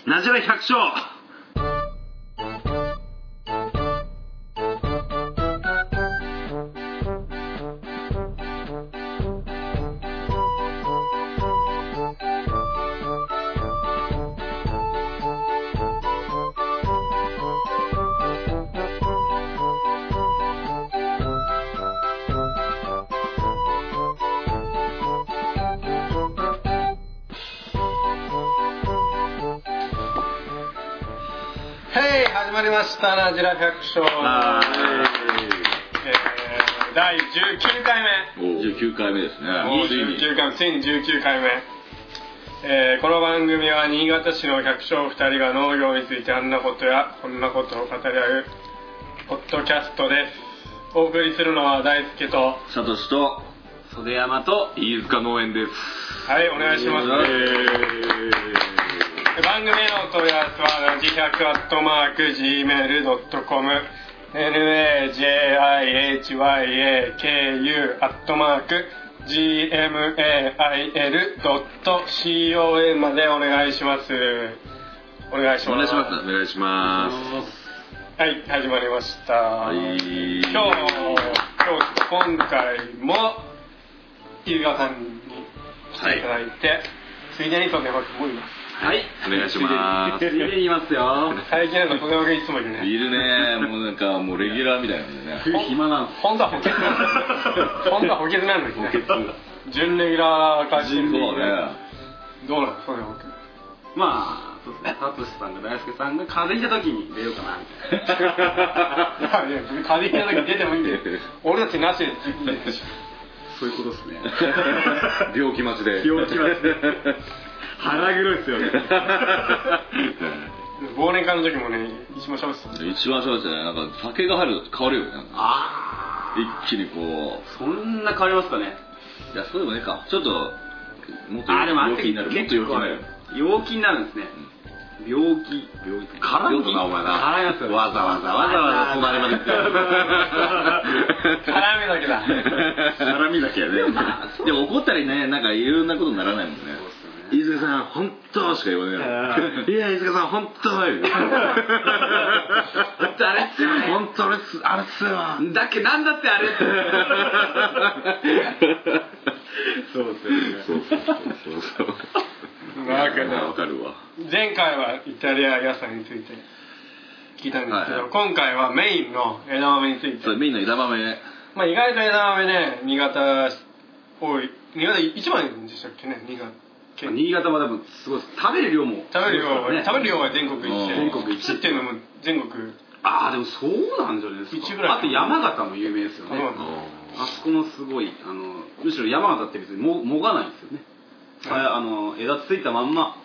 ナジラ百姓。 始まりましたナジラ百姓、第19回目。 19回目ですね。 もう19回目、ついに19回目。この番組は新潟市の百姓2人が農業についてあんなことやこんなことを語り合うポッドキャストです。お送りするのは大輔とサトシと袖山と飯塚農園です。 はい、お願いします。番組へのお問い合わせは自百@gmail.com najihaku@gmail.com までお願いします。お願いします。 お願いします。お願いします。 はい、始まりました。 はい、 今回も飯塚さんに来ていただいて、ついでに袖山君もいます。 はい、 お願いします。 ついでに言いますよ。 最近なんか袖山君いつもいるね。 いるね。もうなんかもうレギュラーみたいなんでね。 暇なんです。 本当は補欠なのにね。準レギュラー化してる。 そうね。 どうなの袖山君。 まあそうですね。サトシさんが大輔さんが風邪ひいた時に出ようかなみたいな。 いや風邪ひいた時に出てもいいんだよ。俺たちなしでいいでしょ。 そういうことですね。 病気待ちで。 病気待ちで。腹黒いですよね。 忘年会の時もね、一番喋ってた。 一番喋ってたね。なんか酒が入ると変わるよね。一気にこう。そんな変わりますかね。 いや、そうでもねえか。ちょっともっと陽気になる。もっと陽気になる。 陽気になるんですね。病気絡むなお前な。絡みますよ。わざわざ隣まで来て。 絡みだけだ。 絡みだけやね。 でも怒ったりね、なんかいろんなことにならないもんね。飯塚さん本当しか言わないの。いや飯塚さん本当だよ。 あれっすよね。 本当あれっすよ。 だっけなんだってあれ。そうですよね。 そう。 だけどわかるわ。 前回はイタリア野菜について聞いたんですけど、今回はメインの枝豆について。 そうメインの枝豆。 まあ意外と枝豆ね、新潟多い。新潟一番でしたっけね、新潟。 新潟はでもすごい食べる量は全国一っていうのも全国。 ああでもそうなんじゃないですか。 1ぐらい。 あと山形も有名ですよね。あそこのすごいむしろ山形って別にもがないんですよね。枝ついたまんま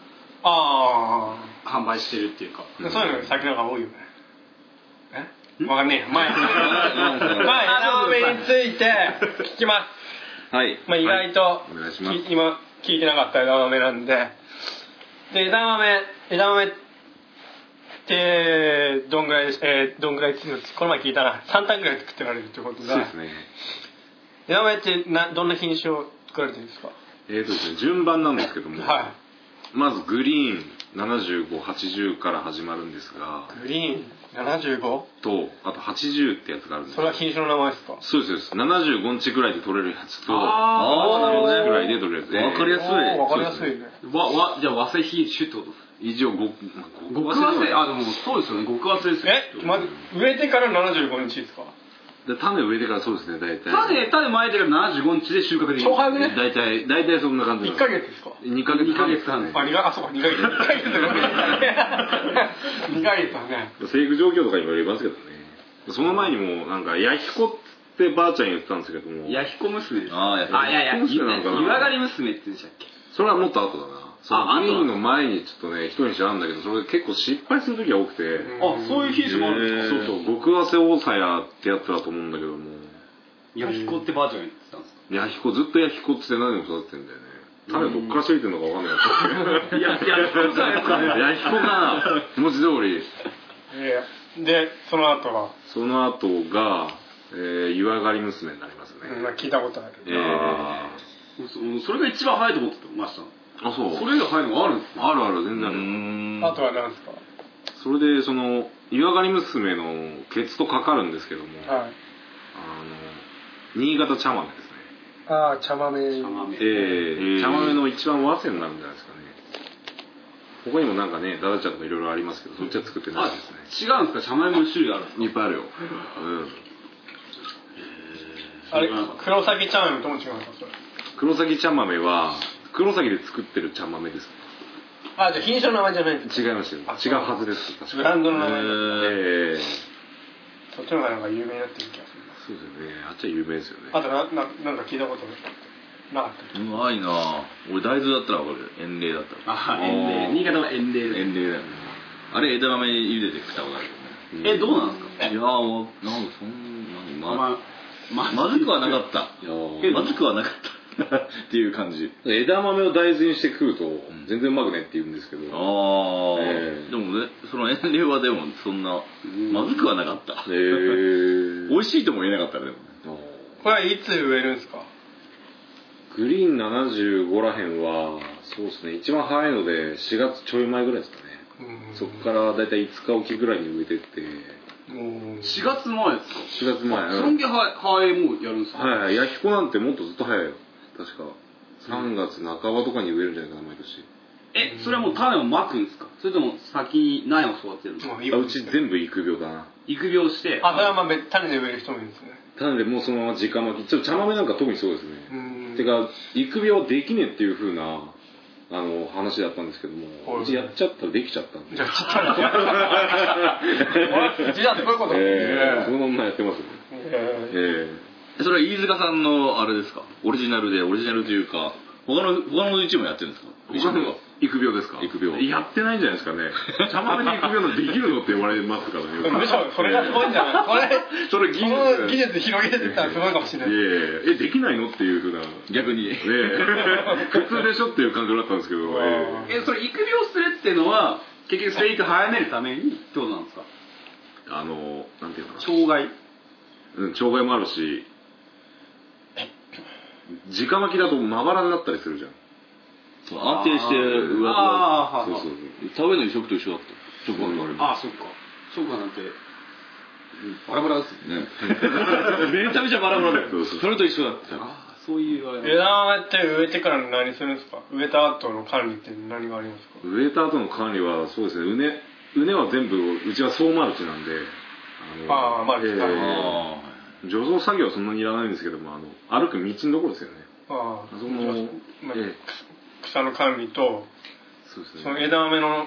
販売してるっていうか。 そういうの先のが多いよね。わかんねえよ。まあ枝豆について聞きます。 はい。 まあ意外と今聞いてなかった枝豆なんで。で枝豆ってどんぐらいこの前聞いたら3単ぐらい作ってられるってことで。 そうですね。 枝豆ってどんな品種を作られてるんですか。 ですね、順番なんですけども、 はい、 まずグリーン75、80から始まるんですが、 グリーン 75? とあと80ってやつがあるんです。 それは品種の名前ですか。 そうです。75日ぐらいで取れるやつと 80 ぐらいで取れるやつ。 分かりやすい。分かりやすいね。 じゃあ和製品種ってことですか。 一応極和製。でもそうですよね。極和製ですよ。 まず植えてから75日ですか。 種植えてからそうですね、大体種まいてから75日で収穫できる。 超早くね。 大体そんな感じ。 1ヶ月ですか。 2ヶ月半。 そうか、2ヶ月2ヶ月はね。 生育状況とかにもよりますけどね。その前にもなんかヤヒコってばあちゃん言ってたんですけども、 ヤヒコ娘です。 いや湯上がり娘って言うんでしたっけ。 それはもっと後だな。そのグリーンの前にちょっとね一人知らんだけど、それ結構失敗する時が多くて。 そういう品種もあるんですか。 そう極わせ大さやってやつだと思うんだけども、 ヤヒコってばあちゃんが言ってたんですか。 ヤヒコずっとヤヒコって何を育ててんだよね。種どっからついてるのか分かんないやつ。ヤヒコが文字通り。 でその後が湯上がり娘になりますね。 聞いたことある。 それが一番早いと思ってました。 あ、そう。 それ以外早いのがあるんですね。 ある全然ある。 あとは何ですか？ それでその湯上がり娘のケツとかかるんですけども、 はい、 新潟茶豆ですね。 ああ、茶豆。 茶豆の一番和製になるんじゃないですかね。他にもなんかね、ダダちゃんとかいろいろありますけど、そっちは作ってないですね。 違うんですか？茶豆も種類あるんですか？ いっぱいあるよ。 あれ、黒崎茶豆とも違うんですか？それ。 黒崎茶豆は黒崎で作ってる茶豆です。 あ、じゃあ品種の名前じゃないんですか？ 違いますよ。違うはずです。確かブランドの名前。そっちの方がなんか有名になってる気がする。 そうですよね。あっちは有名ですよね。 あとなんか聞いたことなかった。 うまいな。俺大豆だったら分かる。塩嶺だったら。 塩嶺。新潟は塩嶺。 塩嶺だよね。あれ枝豆茹でて食ったことあるよね。 どうなんですか？ いやもうなんかそんなまずくはなかった。まずくはなかったっていう感じ。 枝豆を大豆にして食うと全然うまくねって言うんですけど。 でもね、その塩嶺はでもそんなまずくはなかった。美味しいとも言えなかったね。でもこれはいつ植えるんですか？ グリーン75らへんはそうですね。一番早いので4月ちょい前ぐらいですかね。そこからだいたい5日おきぐらいに植えてって。 4月前ですか ？4月前。 そんげ早いもうやるんですか？ はい。ヤヒコなんてもっとずっと早いよ。確か3月半ばとかに植えるんじゃないかな、毎年。 それはもう種をまくんですか？それとも先に苗を育てるんですか？ うち全部育苗だな。 育苗して。 それはまあ種で植える人もいるんですね。 種でもうそのまま直巻き。ちょっと茶豆なんか特にそうですね。てか育苗できねえっていう風な話だったんですけども、うちやっちゃったらできちゃったんで。 じゃあすごいこと。 そのまんまやってますね。 それは飯塚さんのあれですか？オリジナルというか他の一もやってるんですか？ 育苗ですか？ 育苗やってないんじゃないですかね。茶豆に育苗のできるのって言われますからね。 むしろそれがすごいんじゃない？それ技術広げてたらすごいかもしれない。 できないのっていうふうな。 逆に。 普通でしょっていう感覚だったんですけど。 それ育苗するっていうのは結局生育早めるためにってことなんですか？ なんていうかな。 障害もあるし、直巻きだとまばらになったりするじゃん。 安定して植わって田植えの移植と一緒だった。直巻きがある。 そっか。そうかなんてバラバラですね。 めちゃめちゃバラバラだよ。それと一緒だった。 そういう枝豆って植えてから何するんですか？植えた後の管理って何がありますか？ 植えた後の管理はそうですね。畝は全部うちは総マルチなんで。 マルチか。 除草作業はそんなにいらないんですけども、歩く道のところですよね。 草の管理と、その枝豆の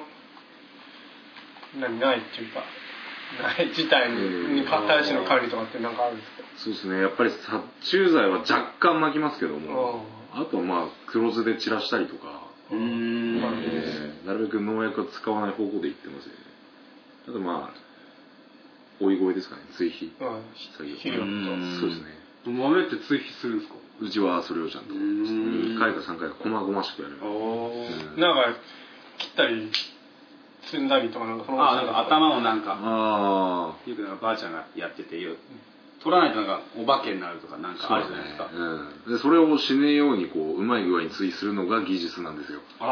苗っていうか苗自体に対しての管理とかって何かあるんですか？ そうですね。やっぱり殺虫剤は若干撒きますけども、あとは黒酢で散らしたりとか、なるべく農薬を使わない方向でいってますよね。あと追い声ですかね。追肥作業。そうですね。 豆って追肥するんですか？ うちはそれをちゃんと2回か3回かこまごましくやる。 なんか切ったり積んだりとかなんかその頭をなんかよくばあちゃんがやってて取らないとなんかお化けになるとかなんかあるじゃないですか。 でそれをしねえようにうまい具合に追肥するのが技術なんですよ。 そう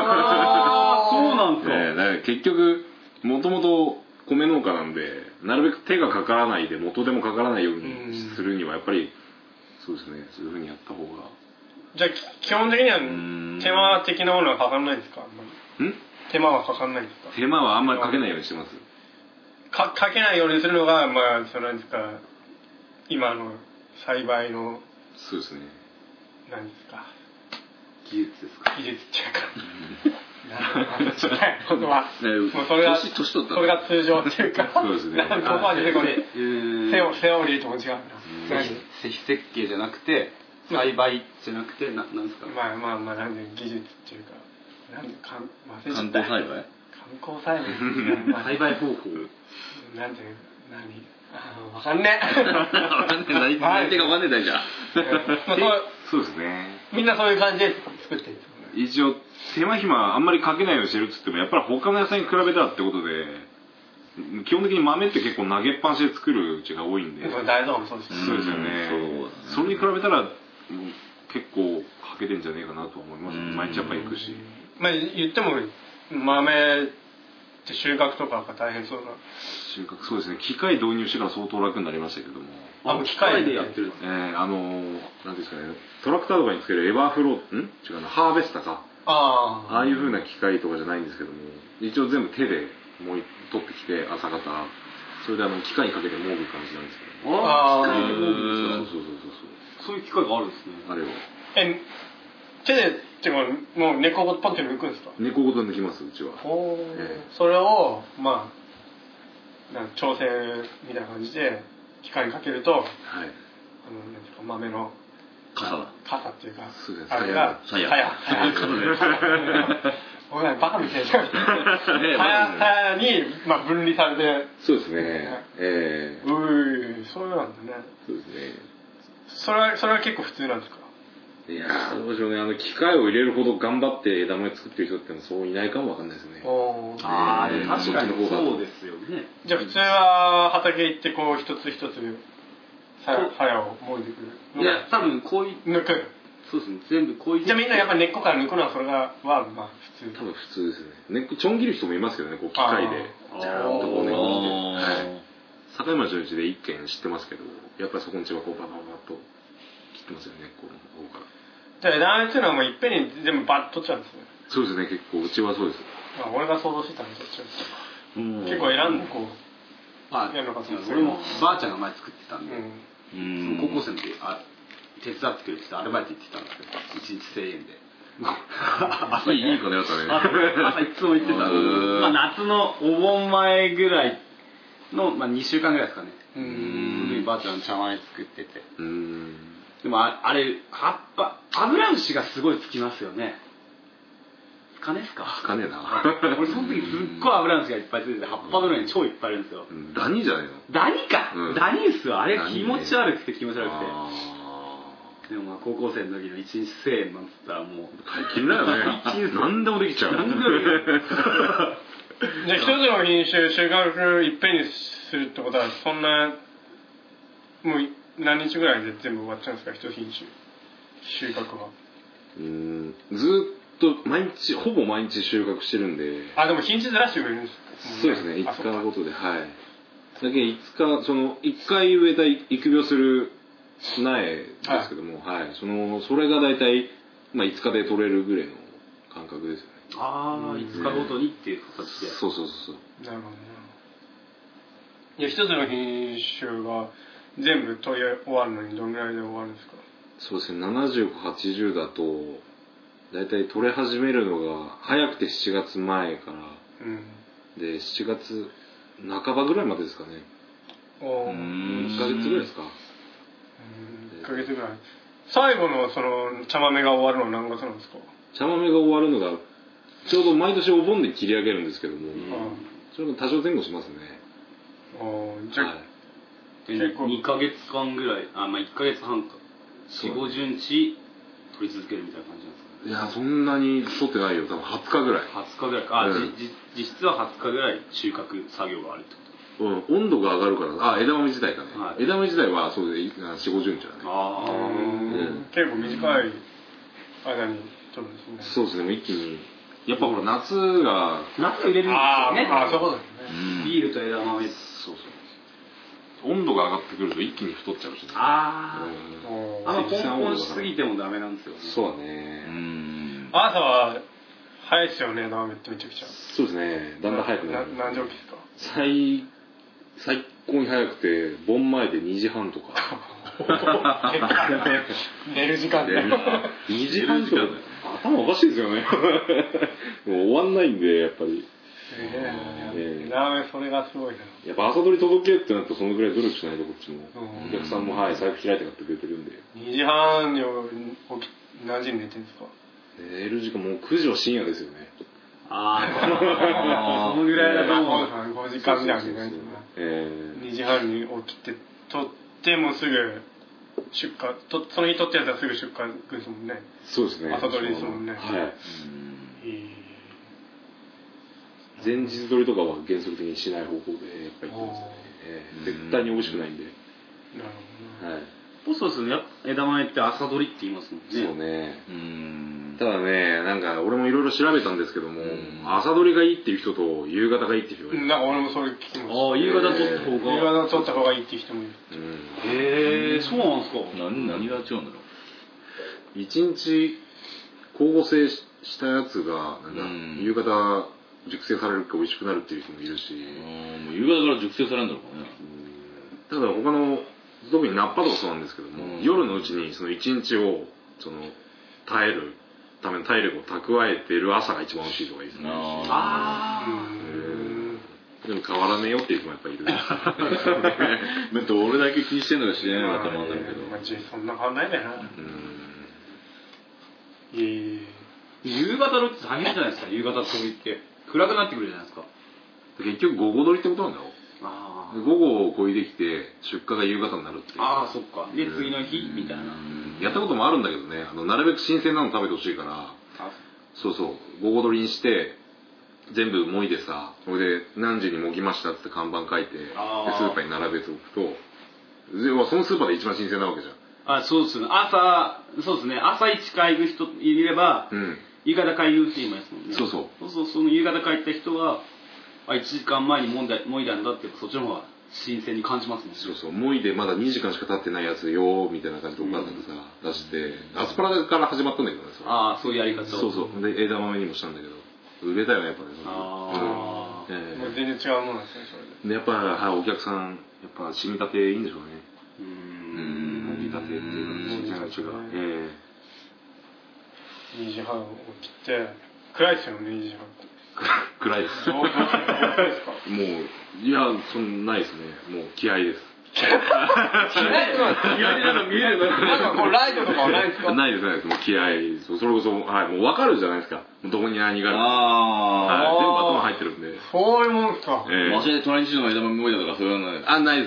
なんですか。結局もともと米農家なんでなるべく手がかからないで元でもかからないようにするにはやっぱりそうですね。そういうふうにやった方が。 じゃあ基本的には手間的なものはかかんないんですか？手間はかかんないんですか？ 手間はあんまりかけないようにしてます。 かけないようにするのがなんですか今の栽培のそうですね。 何ですか技術ですか？ 技術っていうか。本当はもうそれが通常っていうか、 そうですね。 言葉出てこない。セオリーとも違う。 施肥設計じゃなくて栽培じゃなくてなんですか？ なんで技術っていうか、 観光栽培？ 観光栽培。 栽培方法。 なんてわかんねえ。 何てかわかんねえだじゃん。 そうですね。 みんなそういう感じで作ってる。 一応手間暇あんまりかけないようにしてるっつってもやっぱり他の野菜に比べたらってことで基本的に豆って結構投げっぱなしで作るうちが多いんで。 大豆もそうですね。 そうですよね。それに比べたら結構かけてんじゃねえかなと思います。毎日やっぱり行くし。 言っても豆じゃ収穫とかが大変そうな。 収穫、そうですね。機械導入してから相当楽になりましたけども。 もう機械でやってるんですか？ なんですかね、トラクターとかにつけるエバーフロー、違うな、ハーベスタか。ああいう風な機械とかじゃないんですけども、一応全部手で取ってきて、朝方、それで機械にかけてもぐ感じなんですけど。 機械でもぐんですか？ そういう機械があるんですね。 あれを。 手でっていうか、もう根っこごとポンって抜くんですか？ 根っこごと抜きます、うちは。 それを、調整みたいな感じで、機械にかけると、なんですか、豆の傘っていうか、あれが、さや。ごめん、バカみたいな。さやに、分離されて。 そうですね。 そうなんだね。 そうですね。 それは結構普通なんですか？ いやー、どうでしょうね。機械を入れるほど頑張って枝豆作ってる人ってそういないかもわかんないですね。 確かにそうですよね。 じゃあ普通は畑行ってこう一つ一つさやをもいでくる。 いや、多分こういう抜く。 そうですね。全部こういう。 じゃあみんなやっぱ根っこから抜くのはそれが普通。 多分普通ですね。根っこちょん切る人もいますけどね。こう機械でジャーンとこう根っこ切って。境町のうちで一軒知ってますけど、やっぱりそこのうちはこうバババッと切ってますよね。根っこの方から。 じゃあ枝豆っていうのはもういっぺんに全部バッと取っちゃうんですね。 そうですね。結構うちはそうです。 俺が想像してたのと違う。結構選んでこうやるのかと思って。 俺もばあちゃんが前作ってたんで、高校生の時手伝ってくれてアルバイト行ってたんですけど、1日1000円で。 朝いい金だったね。 朝いつも行ってた。夏のお盆前ぐらいの2週間ぐらいですかね。ばあちゃん茶碗作ってて。でもあれ葉っぱアブラムシがすごいつきますよね。つかねえっすか？ つかねえな。 俺その時すっごいアブラムシがいっぱいついてて、葉っぱの上に超いっぱいいるんですよ。 ダニじゃないの？ ダニか、ダニっすよ。あれ気持ち悪くて。でも高校生の時の1日1000円なんつったらもう大金だよね。何でもできちゃう。 じゃあ一つの品種収穫いっぺんにするってことはそんなもう何日ぐらいで全部終わっちゃうんですか？一品種収穫は。 ずっとほぼ毎日収穫してるんで。 でも日にちずらしてくれるんですか？ そうですね。5日ごとで、はい。だけ5日1回植えた育苗する苗ですけども、それが大体5日で取れるぐらいの感覚ですよね。 5日ごとにっていう形で。 そう。 なるほどね。いや一つの品種が全部取り終わるのにどのぐらいで終わるんですか？ そうですね。70、80だと大体取れ始めるのが早くて7月前から、で7月半ばぐらいまでですかね。1ヶ月ぐらいですか。 1ヶ月ぐらい。最後のその茶豆が終わるのは何月なんですか？ 茶豆が終わるのがちょうど毎年お盆で切り上げるんですけども、ちょうど多少前後しますね。 じゃあ結構2ヶ月間ぐらい、1ヶ月半か4、50日取り続けるみたいな感じなんですか？ いやそんなに取ってないよ。多分20日ぐらい。 20日ぐらいか。実質は20日ぐらい収穫作業があるってこと。 温度が上がるから枝豆自体がね、枝豆自体はそうで4、50日だね。 結構短い間に取るんですね。 そうですね。もう一気にやっぱほら夏入れるんですよね。 そういうことですね。 ビールと枝豆。 そう温度が上がってくると一気に太っちゃうしね。 ポンポンしすぎてもダメなんですよね。 そうだね。 朝は早いですよね。枝豆ってめちゃくちゃ。 そうですね。だんだん早くなる。 何時起きですか？ 最高に早くて盆前で2時半とか。 寝る時間で。 2時半とか頭おかしいですよね。もう終わんないんでやっぱり。 ラーメンそれがすごいな。 やっぱ朝取り届けってなるとそのぐらい努力しないとこっちもお客さんも財布開いて買ってくれてるんで。 2時半に何時に寝てるんですか？ 寝る時間もう9時は深夜ですよね。 そのぐらいだと思う。 5時間じゃないですね。2時半に起きて取ってもすぐ出荷その日取ったやつはすぐ出荷ですもんね。 そうですね。 朝取りですもんね。 前日取りとかは原則的にしない方向でやっぱり言ってますね。絶対に美味しくないんで。 なるほどね。 構そうですね、枝豆って朝採りって言いますもんね。 そうね。ただね、なんか俺もいろいろ調べたんですけども、朝採りがいいっていう人と夕方がいいっていう人がいる。 俺もそれ聞きました。 夕方取った方が。 夕方取った方がいいっていう人もいる。 へえ、そうなんですか。 何が違うんだろう。一日光合成したやつがなんか夕方熟成されるか美味しくなるっていう人もいるし、 もう夕方から熟成されるんだろうかね。 ただ他の特にナッパとかそうなんですけども、夜のうちにその一日をその耐えるための体力を蓄えている朝が一番美味しいとかいいですね。でも変わらねえよっていう人もやっぱりいる。 どれだけ気にしてんのか知れないのかと思うんだけど。 そんな変わんないんだよな。 夕方取りって大変じゃないですか。夕方取りって暗くなってくるじゃないですか。 結局午後取りってことなんだろ。午後をこいできて出荷が夕方になるっていう。 そっか。で次の日みたいな。 やったこともあるんだけどね、なるべく新鮮なの食べてほしいから、そう午後取りにして全部もいでさ、それで何時にもぎましたって看板書いてでスーパーに並べておくと、そのスーパーで一番新鮮なわけじゃん。 そうですね。朝一買い行く人いれば、夕方買い行く人いますもんね。その夕方買いった人は1時間前にもいだんだって、そっちの方が新鮮に感じますもんね。 もいでまだ2時間しか経ってないやつよみたいな感じでお母さんがさ出して、アスパラから始まったんだけどね。 そういうやり方。 で枝豆にもしたんだけど売れたよね、やっぱね。 もう全然違うものですね、それで。 でやっぱお客さんやっぱ染みたていいんでしょうね。もぎたてっていうか新鮮な 2時半起きて暗いですよね。2時半暗いです。もういやそんないですね。もう気合です。 気合なんか見えるの。なんかこうライトとかはないですか？ ないです。もう気合。それこそもう分かるじゃないですか。どこに何があるか。全部頭入ってるんで。 そういうもんですか。 場所で隣にの枝豆もいだとかそういうのないですか？ ないです。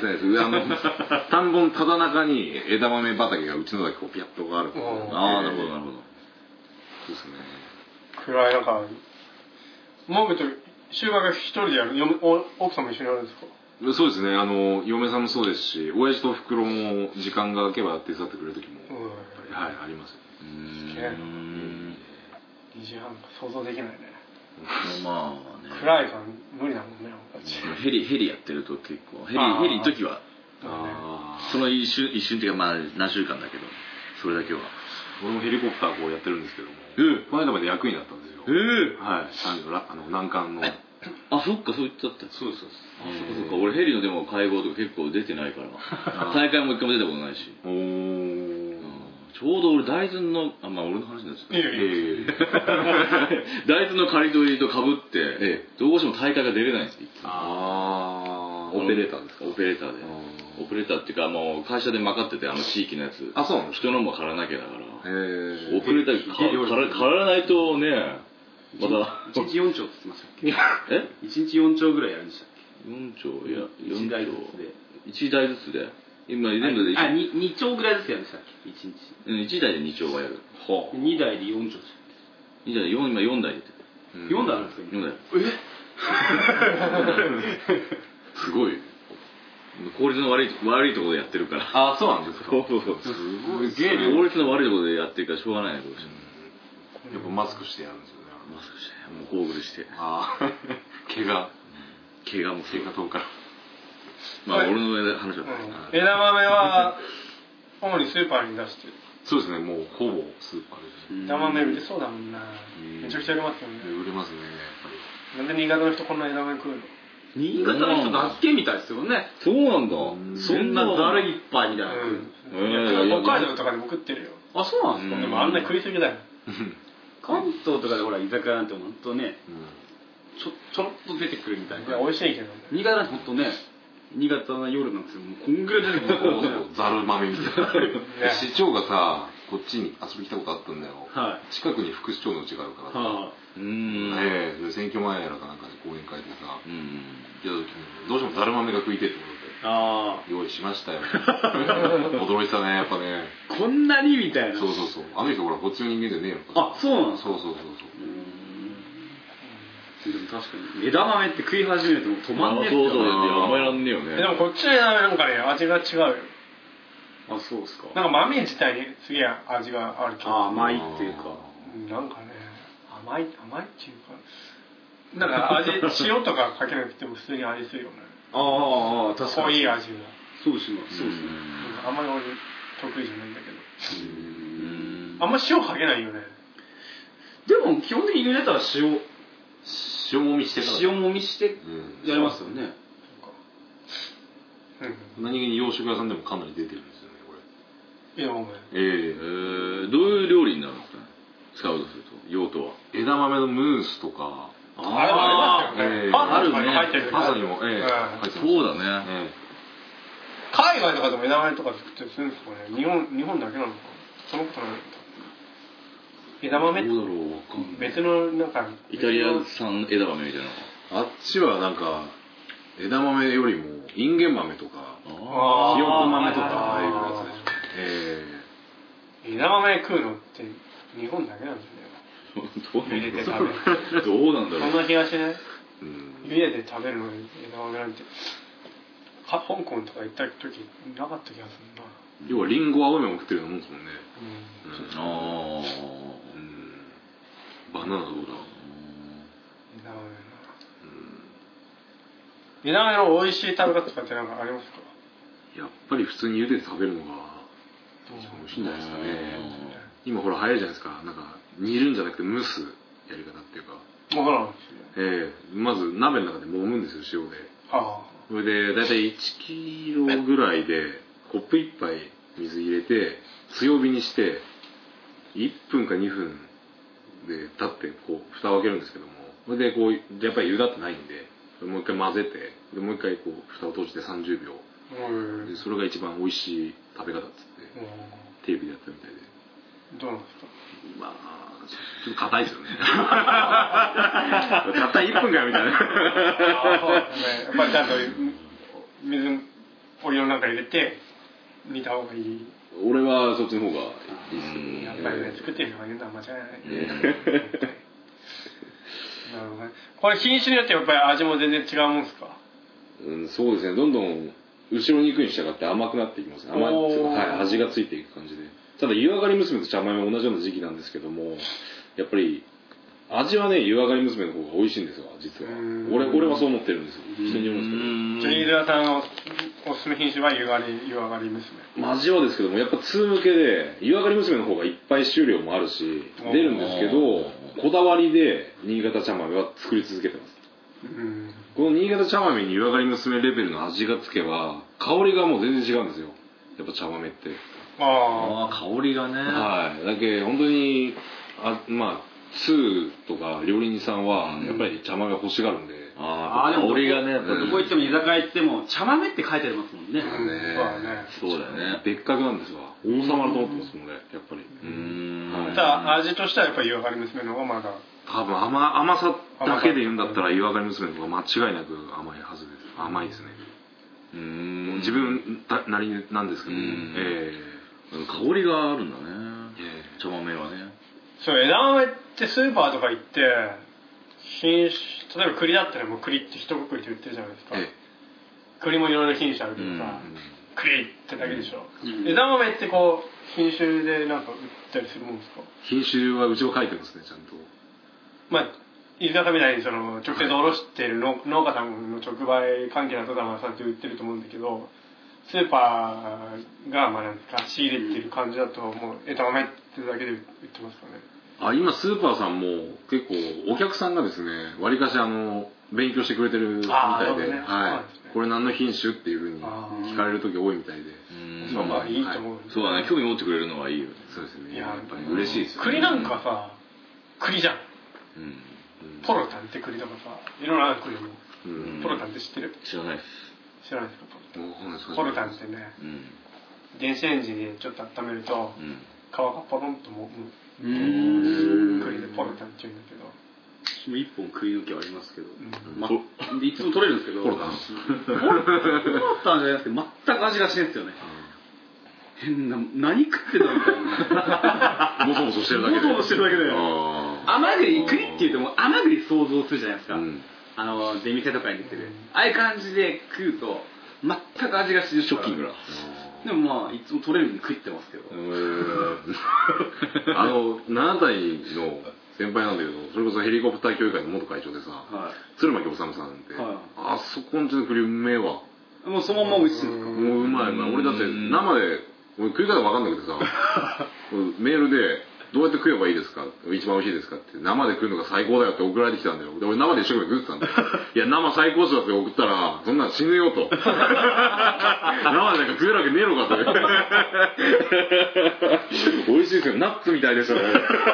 田んぼのただ中に枝豆畑がうちのだけこうピャッとある。 なるほど。 そうですね。 暗い中もぐと収穫一人でやる？奥さんも一緒にやるんですか？ そうですね。嫁さんもそうですし、親父と袋も時間が空けば手伝ってくれる時もあります。 2時半か想像できないね。 まあね。 暗いから無理だもんね。 ヘリやってると結構ヘリの時はその一瞬っていうかまあ何週間だけどそれだけは。 俺もヘリコプターこうやってるんですけども、この間まで役員だったんですよ。難関の。 そっか、そう言っちゃった。そう。そっか、俺ヘリのでも会合とか結構出てないから、大会も一回も出たことないし。ちょうど俺大豆の、俺の話になっちゃった。大豆の刈り取りと被って、どうしても大会が出れないんですよ。 オペレーターですか？ オペレーターで。オペレーターっていうかもう会社で任ってて地域のやつ。 そうなんですか？ 人のも刈らなきゃだから。オペレーター刈らないとね、また 1日4丁って言ってましたっけ？1日4丁ぐらいやるんでしたっけ ？4丁、いや、 1台ずつで。 1台ずつで。今、全部で 2丁ぐらいずつやるんでしたっけ？1日。 1台で2丁はやる。 2台で4丁です。 2台で今4台出てる。4台あるんですか？4 台。 すごい。 効率の悪いところでやってるから。 そうなんですか？ そう。すげえ効率の悪いところでやってるからしょうがないね、どうしても。 やっぱマスクしてやるんですよね。 マスクして、もうゴーグルして。 怪我もそう。 怪我遠から。 俺の話は。 枝豆は主にスーパーに出してる。 そうですね、もうほぼスーパーです。 枝豆売れそうだもんな。めちゃくちゃ売れますよね。 売れますね、やっぱり。なんで新潟の人こんな枝豆食うの？ 新潟の人だけみたいですよね。 そうなんだ。 そんなざるいっぱいみたいな。 北海道とかでも食ってるよ。 そうなんですか？ でもあんな食いすぎだよ。 関東とかでほら居酒屋なんて本当ね、ちょろっと出てくるみたいな。 いや美味しいけど。 新潟なんて本当ね、新潟の夜なんですよ。もうこんぐらい出てくる。 ざる豆みたいな。市長がさ、こっちに遊び来たことあったんだよ。近くに副市長の家があるからさ。選挙前やらかなんかで講演会でさ、来た時にどうしてもざる豆が食いてってことで用意しましたよ。驚いてたね、やっぱね。 こんなにみたいな。 そう。あの人ほらこっちの人間じゃねえのか。そうなんですか？ そう。 でも確かに枝豆って食い始めると止まんねえって。 そう、やめらんねえよね。 でもこっちの枝豆なんかね、味が違うよ。 あ、そうですか。 なんか豆自体にすげえ味があるけど、 甘いっていうか、 なんかね甘いっていうか、なんか味塩とかかけなくても普通に味するよね。 ああ、確かに。 濃い味が。 そうします。そうですね。 あんまり俺得意じゃないんだけど。あんま塩かけないよね。 でも基本的に茹でたら塩もみしてから塩もみしてやりますよね。 何気に洋食屋さんでもかなり出てるんですよね、これ。 枝豆。 どういう料理になるんですかね、使うとすると、用途は。 枝豆のムースとか。 あれもありますよね。パスタにも入ってる。 パスタにも、入ってます。 そうだね。 海外とかでも枝豆とか作ったりするんですかね。日本だけなのか。そのことない。枝豆。 どうだろう、わかんない。 別のなんかイタリア産枝豆みたいな。 あっちはなんか枝豆よりもインゲン豆とかひよこ豆とかああいうやつでしょ。 枝豆食うのって日本だけなんですね。茹でて食べる。 どうなんだろう。 そんな気がしない。茹でて食べるのに枝豆なんて香港とか行った時なかった気がするな。 要はリンゴは青いまま食ってるようなもんですもんね。バナナどうだ。 枝豆の美味しい食べ方とかって何かありますか？ やっぱり普通に茹でて食べるのが一番美味しいんじゃないですかね。今ほら流行るじゃないですか。なんか煮るんじゃなくて蒸すやり方っていうか。 わからないですね。まず鍋の中で揉むんですよ、塩で。それでだいたい1キロぐらいでコップ1杯水入れて強火にして1分か2分で立ってこう蓋を開けるんですけども、それでこうやっぱり茹だってないんでもう一回混ぜて、でもう一回こう蓋を閉じて30秒で、それが一番美味しい食べ方っつってテレビでやったみたいで。 どうなんですか？ まあちょっと硬いですよね。たった1分かよみたいな。 そうですね。やっぱりちゃんとお湯の中入れて煮た方がいい。 俺はそっちの方がいいです。 やっぱりね、作ってる人が言うのは間違いない。なるほどね。これ品種によってやっぱり味も全然違うもんですか？ そうですね。どんどん後ろに行くに従って甘くなっていきますね。味がついていく感じで。ただ湯上がり娘と茶豆は同じような時期なんですけども、やっぱり味はね湯上がり娘の方が美味しいんですよ、実は。俺はそう思ってるんですよ。人によるんですけど。 じゃあ飯田さんのおすすめ品種は湯上がり娘。 味はですけどもやっぱ通向けで湯上がり娘の方がいっぱい種量もあるし出るんですけど、こだわりで新潟茶豆は作り続けてます。この新潟茶豆に湯上がり娘レベルの味がつけば香りがもう全然違うんですよ、やっぱ茶豆って。 香りがね。 はい。だけ本当に通とか料理人さんはやっぱり茶豆が欲しがるんで。 でも香りがね、どこ行っても居酒屋行っても茶豆って書いてありますもんね。 そうだね。 別格なんですわ。王様だと思ってますもんね、やっぱり。 ただ味としてはやっぱり湯上がり娘の方がまだ。 多分甘さだけで言うんだったら湯上がり娘の方が間違いなく甘いはずです。甘いですね。自分なりなんですけど。 香りがあるんだね、茶豆はね。 そう、枝豆ってスーパーとか行って例えば栗だったらもう栗って一括りで売ってるじゃないですか。栗もいろいろ品種あるけどさ、栗ってだけでしょ。枝豆ってこう品種でなんか売ったりするもんですか？ 品種はうちは書いてますね、ちゃんと。 飯田さんみたいにその直接卸してる農家さんの直売関係の人がさって売ってると思うんだけど、スーパーがなんか仕入れてる感じだともう枝豆ってだけで売ってますかね。 今スーパーさんも結構お客さんがですね、わりかし勉強してくれてるみたいで、これ何の品種っていうふうに聞かれる時多いみたいで。 いいと思う。 そうだね、興味持ってくれるのはいいよね。 そうですね。やっぱり嬉しいですよね。 栗なんかさ、栗じゃん。ポロタンって栗とかさ、いろんな栗も。ポロタンって知ってる？ 知らないです。 知らないですか？ポロタンってね、電子レンジでちょっと温めると皮がポロンとも栗でポロタンって言うんだけど。 私も一本栗の毛ありますけど、いつも取れるんですけど、ポロタンじゃなくて全く味がしないんですよね。変な、何食ってんだみたいな。 もそもそしてるだけで。 もそもそしてるだけで。甘栗、栗って言うともう甘栗想像するじゃないですか。出店とかに出てる。ああいう感じで食うと全く味がしない。 ショッキングな。 でもまあいつもトレーニング食ってますけど 7代の先輩なんだけど、それこそヘリコプター協会の元会長でさ、鶴巻治さんって、あそこんちの栗うめえわ。 もうそのまま美味しいんですか？ もううまい。俺だって生で、俺食い方わかんなくてさ、メールで、どうやって食えばいいですか、一番美味しいですかって、生で食うのが最高だよって送られてきたんだよ。で俺生で一生懸命食ってたんだよ。いや生最高っすよって送ったら、そんなの死ぬよと。生でなんか食えるわけねえのかと。美味しいですよ、ナッツみたいでしたね。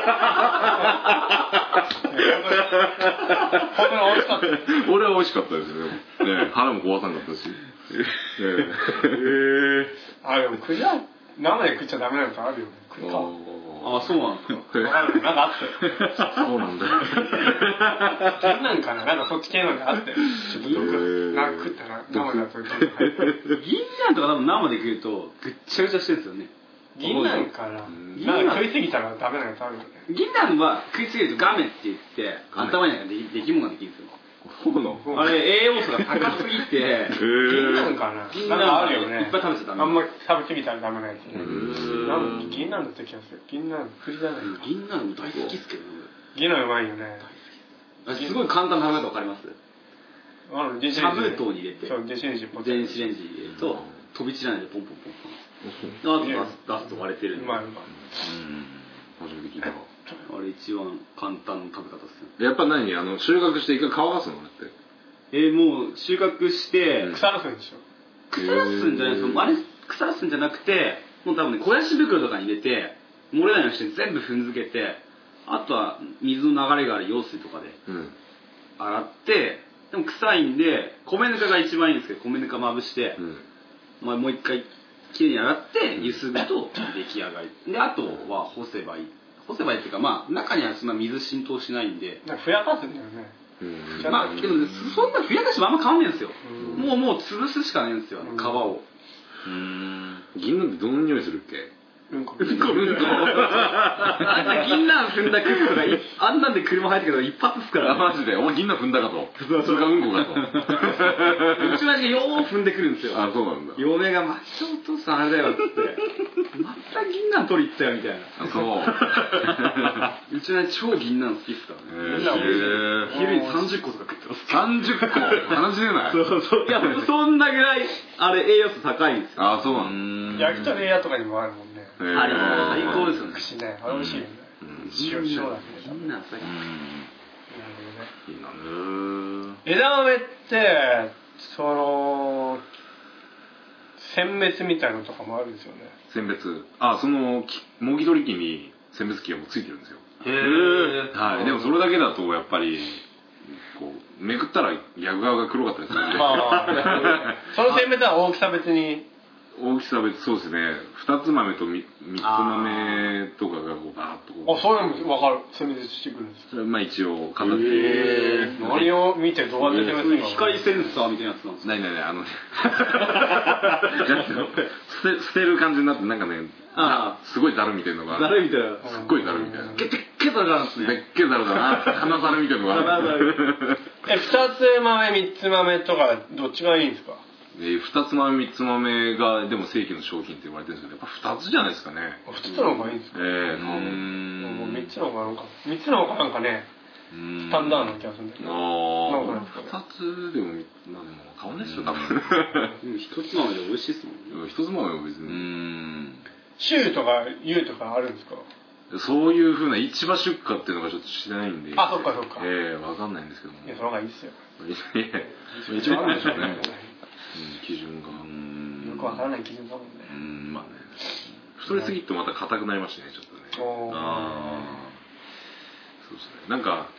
本当に美味しかった。 俺は美味しかったですね。腹も壊さなかったし。 あ、でも栗は生で食っちゃダメなのかあるよね。栗か。 あ、そうなんですか。 なんかあったよ。 そうなんだ。 銀なんかな、なんかそっち系のであって、ちょっとどっかなんか食ったら生だと。 銀なんとか多分生で食うとぐっちゃぐちゃしてるんですよね。 銀なんかな、なんか食いすぎたらダメなやつあるよね。 銀なんは食いすぎるとガメって言って頭になんかできものができるんですよ。あれ栄養素が高すぎて銀なんかな、 銀なんかあるよね。 いっぱい食べちゃダメ。 あんまり食べ過ぎたらダメなやつね。銀なんだった気がする。銀なん栗じゃない。 銀なん大好きっすけどね。 銀なんうまいよね。 すごい簡単な食べ方わかります？茶封筒に入れて電子レンジに入れると飛び散らないでポンポンポンポン。あと出すと割れてるんで。 うまい。 初めて聞いたわ。 あれ一番簡単な食べ方ですね。やっぱ何収穫して一回乾かすのって。 もう収穫して腐らすんでしょ。 腐らすんじゃないですか。あれ腐らすんじゃなくて、もう多分ね、肥やし袋とかに入れて漏れないようにして全部踏んづけて、あとは水の流れがある用水とかで洗って、でも臭いんで米ぬかが一番いいんですけど、米ぬかまぶして、もう一回きれいに洗ってゆすぐと出来上がりで、あとは干せばいいっていうか、まあ中にはそんな水浸透しないんで、 ふやかすんだよね。 まあけどそんなふやかしもあんま変わんないんですよ。もう潰すしかないんですよ、皮を。 銀なんてどんな匂いするっけ？ うんこ。あんな銀杏踏んだ靴とかあんなんで車入ってくるの一発っすからね。 マジでお前銀杏踏んだかと。それがうんこかと。 うちの親父がよー踏んでくるんですよ。 あ、そうなんだ。 嫁がまちお父さんあれだよっつってまた銀杏取り行ったよみたいな。そううちの親父超銀杏好きっすからね。昼に30個とか食ってます。 30個話出ない。 そういやそんなぐらいあれ栄養素高いんですよ。 あ、そうなんだ。焼き鳥屋とかにもあるもんね。 あれ最高ですよね。 串ね、あれ美味しいよね。塩だけで。 銀杏最高。 枝豆ってその選別みたいのとかもあるんですよね。 選別、そのもぎ取り機に選別機がもうついてるんですよ。 へえ。 はい。でもそれだけだとやっぱりこうめくったら逆側が黒かったりするんで。 その選別は大きさ別に。 大きさ別、そうですね。2つ豆と3つ豆とかがこうバーッとこう。 そういうのも分かる。選別してくるんです。 それまあ一応形で。何を見てどうやって選別するの？ 光センサーみたいなやつなんですか？ ない捨てる感じになってなんかね、すごいザルみたいなのが。 ザルみたいな。 すっごいザルみたいな。 でっけザルなんですね。 でっけザルだな。花ザルみたいなのが。 2つ豆3つ豆とかどっちがいいんですか ？2つ豆3つ豆がでも正規の商品って言われてるんですけど、やっぱ2つじゃないですかね。 2つの方がいいんですか？もう3つの方が3つの方がなんかね、スタンダードな気がするんだけど。 2つでも変わんないっすよ多分。 1つ豆で美味しいっすもんね。 1つ豆は別に。 州とか油とかあるんですか？ そういう風な市場出荷っていうのがちょっとしてないんで。 そっか。 わかんないんですけども。 いや、その方がいいっすよ。 一番あるんでしょうね。基準が。 よくわからない基準だもんね。 まあね。太りすぎってまた硬くなりましたね、ちょっとね。そうですね。なんか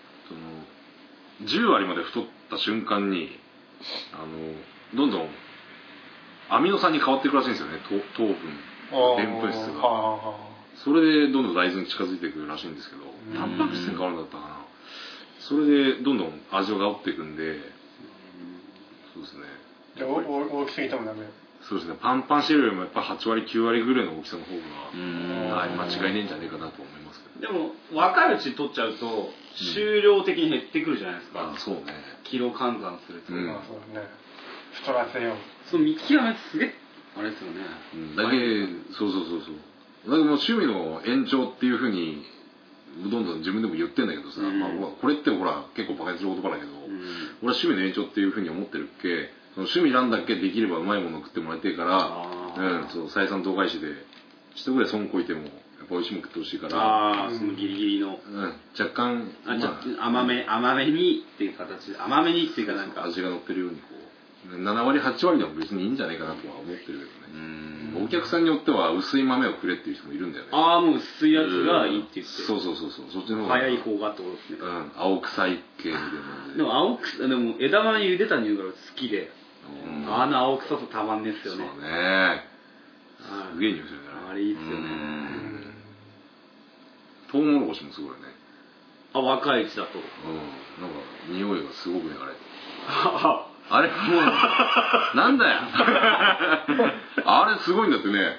10割まで太った瞬間にどんどんアミノ酸に変わっていくらしいんですよね。糖分、でんぷん質が。それでどんどん大豆に近づいていくらしいんですけど、タンパク質に変わるんだったかな。それでどんどん味が落っていくんで、そうですね。 じゃあ大きすぎてもダメ。 そうですね。パンパンしてるよりもやっぱ8割9割ぐらいの大きさの方が間違いねえんじゃねえかなと思いますけど。 でも分かるうちに取っちゃうと収量的に減ってくるじゃないですか。 そうね。 キロ換算すると。 そうだね。太らせよう。 その見極めすげえあれですよね、 だけそうだけどもう趣味の延長っていうふうにどんどん自分でも言ってんだけどさ、まあ、これってほら結構バカにする言葉だけど、俺は趣味の延長っていうふうに思ってるっけ、その趣味なんだっけできればうまいものを食ってもらいたいから、そう採算度外視で一ぐらい損こいてもやっぱ美味しいもの食ってほしいから、 そのギリギリの、 若干、 甘めにっていう形で、甘めにっていうかなんか味が乗ってるようにこう7割8割でも別にいいんじゃないかなとは思ってるけどね。お客さんによっては薄い豆をくれっていう人もいるんだよね。 もう薄いやつがいいって言って、 そうそっちの方が早い方がってことですね。 青臭い系みたいなでもでも枝豆茹でた匂いが好きで、青臭さたまんねえっすよね。 そうね、すげえ匂いするね。 あれいいっすよね。 トウモロコシもすごいよね。 若いうちだとなんか匂いがすごくね、あれもうなんだよあれすごいんだってね。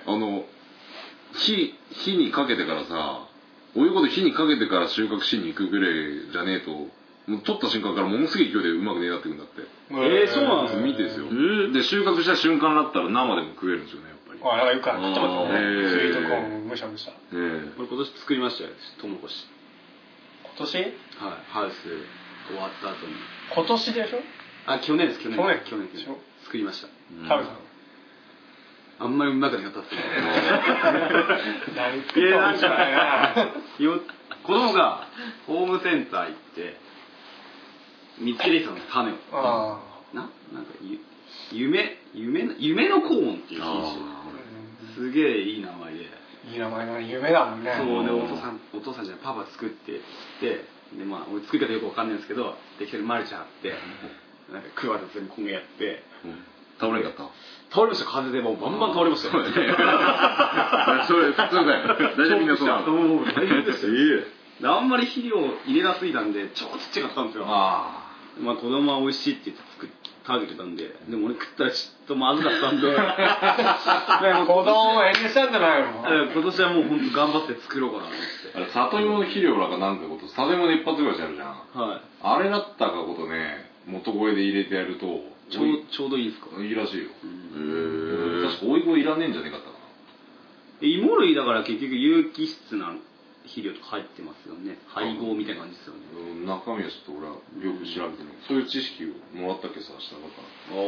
火にかけてからさ、お湯ごと火にかけてから収穫しに行くぐらいじゃねえと、もう取った瞬間からものすごい勢いでうまくねえなってくんだって。 そうなんですよ。 見てですよ。で収穫した瞬間だったら生でも食えるんですよね、やっぱり。 なんかよく食ってますね。スイートコーンむしゃむしゃ。 俺今年作りましたよ、トウモロコシ。 今年？ はい、ハウス終わった後に。 今年でしょ？ 去年です。去年作りました。 食べたの？ あんまりうまくなかったっすね。 なんか子供がホームセンター行って見つけてきたの、種を。なんか夢のコーンっていう品種。すげえいい名前で。 いい名前だね、夢だもんね。 そうね、お父さんじゃパパ作ってで、俺作り方よくわかんないんですけど、適当にマルチ張ってなんかクワで全部こんがやって倒れなかった？ 倒れました。風でもうバンバン倒れましたよ。 それ普通だよ。大体みんなそうなの。 大変でしたよ。あんまり肥料入れなすぎたんで超ちっちゃかったんですよ。まあ子供は美味しいって言って食べてたんで、でも俺食ったらちょっとまずかったんで子供も遠慮したんじゃないの？ 今年はもう本当頑張って作ろうかなと思って。 あれ里芋の肥料なんかなんかこと里芋で一発ぐらいあるじゃん。あれだったかことね、元声で入れてやるとちょうどいいですか？ いいらしいよ。確か追い声いらねえんじゃねえかったかな。 芋類だから結局有機質な肥料とか入ってますよね。配合みたいな感じですよね。 中身はちょっと俺はよく調べてない。そういう知識をもらったっけさ、したのか。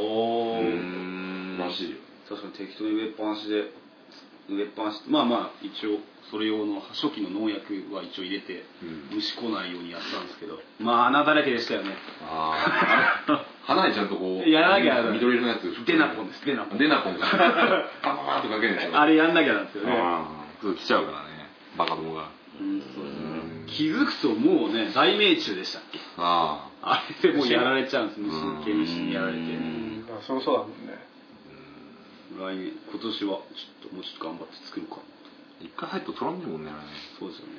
らしいよ。 確かに適当に植えっぱなしで、まあ一応それ用の初期の農薬は一応入れて、虫来ないようにやったんですけど、穴だらけでしたよね。 花にちゃんとこうやらなきゃ緑色のやつ。 デナポンです。デナポンがパパーってかけるんですよ。 あれやんなきゃなんですよね。 来ちゃうからね、バカどもが。 そうですね。気づくともうね、大命中でしたっけ。あれでもうやられちゃうんです。毛虫にやられて。 そうだもんね。 今年はもうちょっと頑張って作るかな。 一回入ったら取らんねえもんね、あれね。 そうですよね。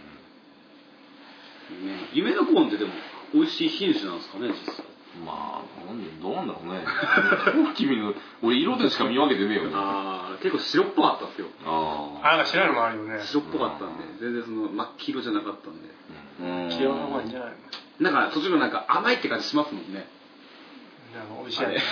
夢のコーンってでも美味しい品種なんですかね、実際。 まあどうなんだろうね。君の俺色でしか見分けてねえよね。 結構白っぽかったんですよ。 なんか白いのもあるよね。 白っぽかったんで、全然その真っ黄色じゃなかったんで。 黄色の方がいいんじゃないの？ なんか途中のなんか甘いって感じしますもんね。 なんか美味しいね。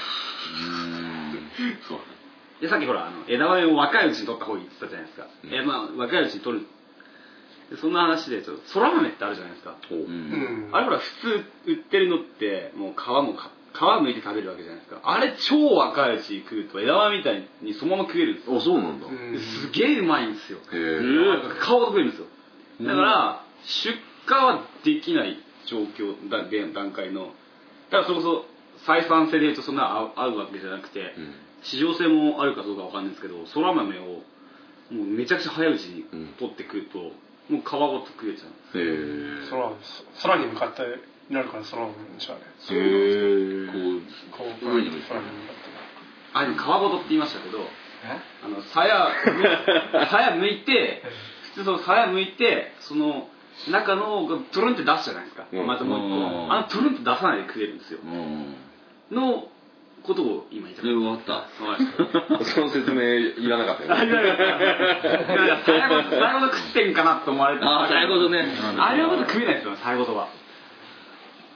そう。 でさっきほら枝豆を若いうちに取った方がいいって言ったじゃないですか。若いうちに取る。そんな話でそら豆ってあるじゃないですか。あれほら普通売ってるのってもう皮剥いて食べるわけじゃないですか。あれ超若いうちに食うと枝豆みたいにそのまま食えるんですよ。 そうなんだ。 すげえうまいんですよ。皮ごと食えるんですよ。だから出荷はできない状況段階の。だからそれこそ採算性で言うとそんな合うわけじゃなくて、市場性もあるかどうかわかんないんですけど、そら豆をもうめちゃくちゃ早いうちに取って食うと、もう皮ごと食えちゃうんです。 空に向かってなるから空を見るんでしょうね。 こう上に向かって。でも皮ごとって言いましたけど、鞘剥いて、普通その鞘剥いてその中のトゥルンって出すじゃないですか。またもう一個トゥルンって出さないで食えるんですよ。のことを今言った。 終わった。 その説明いらなかったよね。 最後の食ってんかなと思われて。 最後のね。 あれはまだ食えないですよ、最後とは。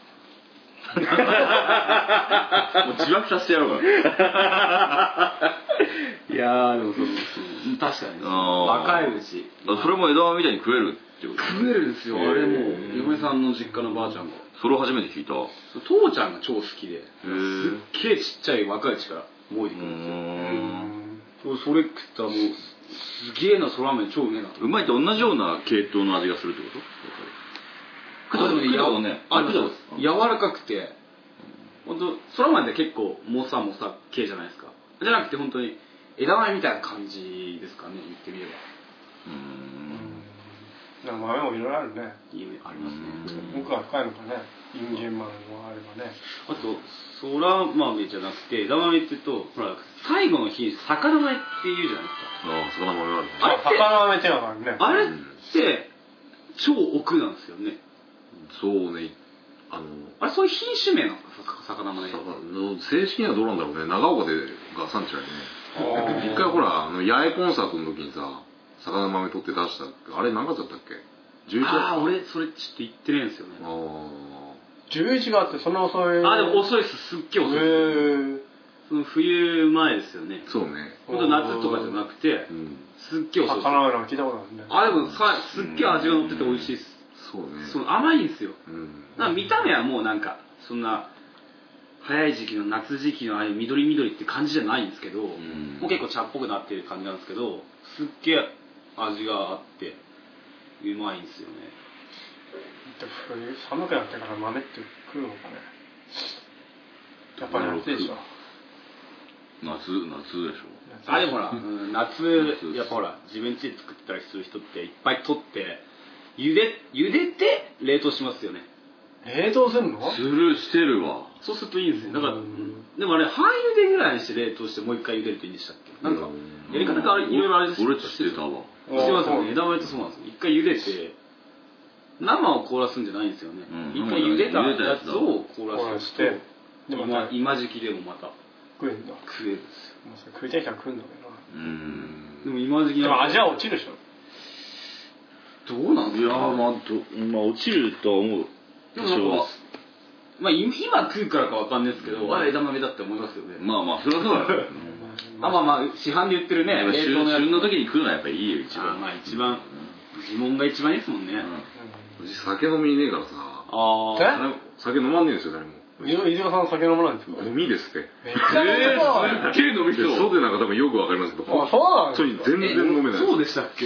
もう自爆させてやろうか。 いやーでもそう確かに若いうちそれも枝豆みたいに食えるってこと？ 食えるんですよ。あれも嫁さんの実家のばあちゃんがそれを初めて聞いた。 父ちゃんが超好きで、すっげえちっちゃい若いうちから覚えてくるんですよ。それ食ったらもうすげえな、そら豆超うめえな。 うまいと同じような系統の味がするってこと？ 柔らかくて、本当そら豆って結構もさもさ系じゃないですか。じゃなくて本当に枝豆みたいな感じですかね、言ってみれば。 なんか豆もいろいろあるね。 ありますね。 奥が深いのかね。インゲン豆もあればね。 あとそら豆じゃなくて枝豆って言うと、ほら最後の日魚豆って言うじゃないですか。 魚豆ある。 魚豆っていうのがあるね。 あれって超奥なんですよね。 そうね。 あれそういう品種名なんですか、魚豆。 正式にはどうなんだろうね。長岡でが産地だよね。一回ほら八重コンサートの時にさ、魚豆取って出したあれ何月だったっけ？11月。 ああ、俺それちょっと言ってないんですよね。 11月ってそんな遅い？ でも遅いです。すっげえ遅いです。その冬前ですよね。 そうね。 ほんと夏とかじゃなくて、すっげえ遅いです。 魚豆なんか聞いたことあるね。 でもすっげえ味が乗ってて美味しいです。 そうね。 甘いんですよ。だから見た目はもうなんかそんな早い時期の夏時期のああいう緑って感じじゃないんですけど、もう結構茶っぽくなってる感じなんですけど、すっげえ味があってうまいんですよね。 冬寒くなってから豆って食うのかね。やっぱり夏でしょ。 夏でしょ。 でもほら、夏やっぱほら自分家で作ったりする人っていっぱい取って茹でて冷凍しますよね。 冷凍するの？ してるわ。 そうするといいんですよ。だからでもあれ半茹でぐらいにして冷凍してもう一回茹でるといいんでしたっけ？なんかやり方がいろいろあれです。 俺してたわ。 してますよね。枝豆ってそうなんですよ。一回茹でて生を凍らすんじゃないんですよね。一回茹でたやつを凍らして、今時期でもまた食えるんだ。 食えるんですよ。 食いたい人は食うんだけどな。 でも今時期でも味は落ちるでしょ。 どうなんですか？ 落ちるとは思う。 でも今食うからかわかんないですけど、枝豆だって思いますよね。 それはそうだよ。 市販で売ってるね。 旬の時に食うのはやっぱいいよ、一番。 一番疑問が一番いいですもんね。 酒飲みねえからさ。酒飲まんねえんですよ、誰も。 飯島さん酒飲まないんですか？ 飲みですって。 めっちゃ飲みそう。 飲みそう。 そうでなんか多分よくわかりますけど。 そうなんですか？全然飲めない。 そうでしたっけ？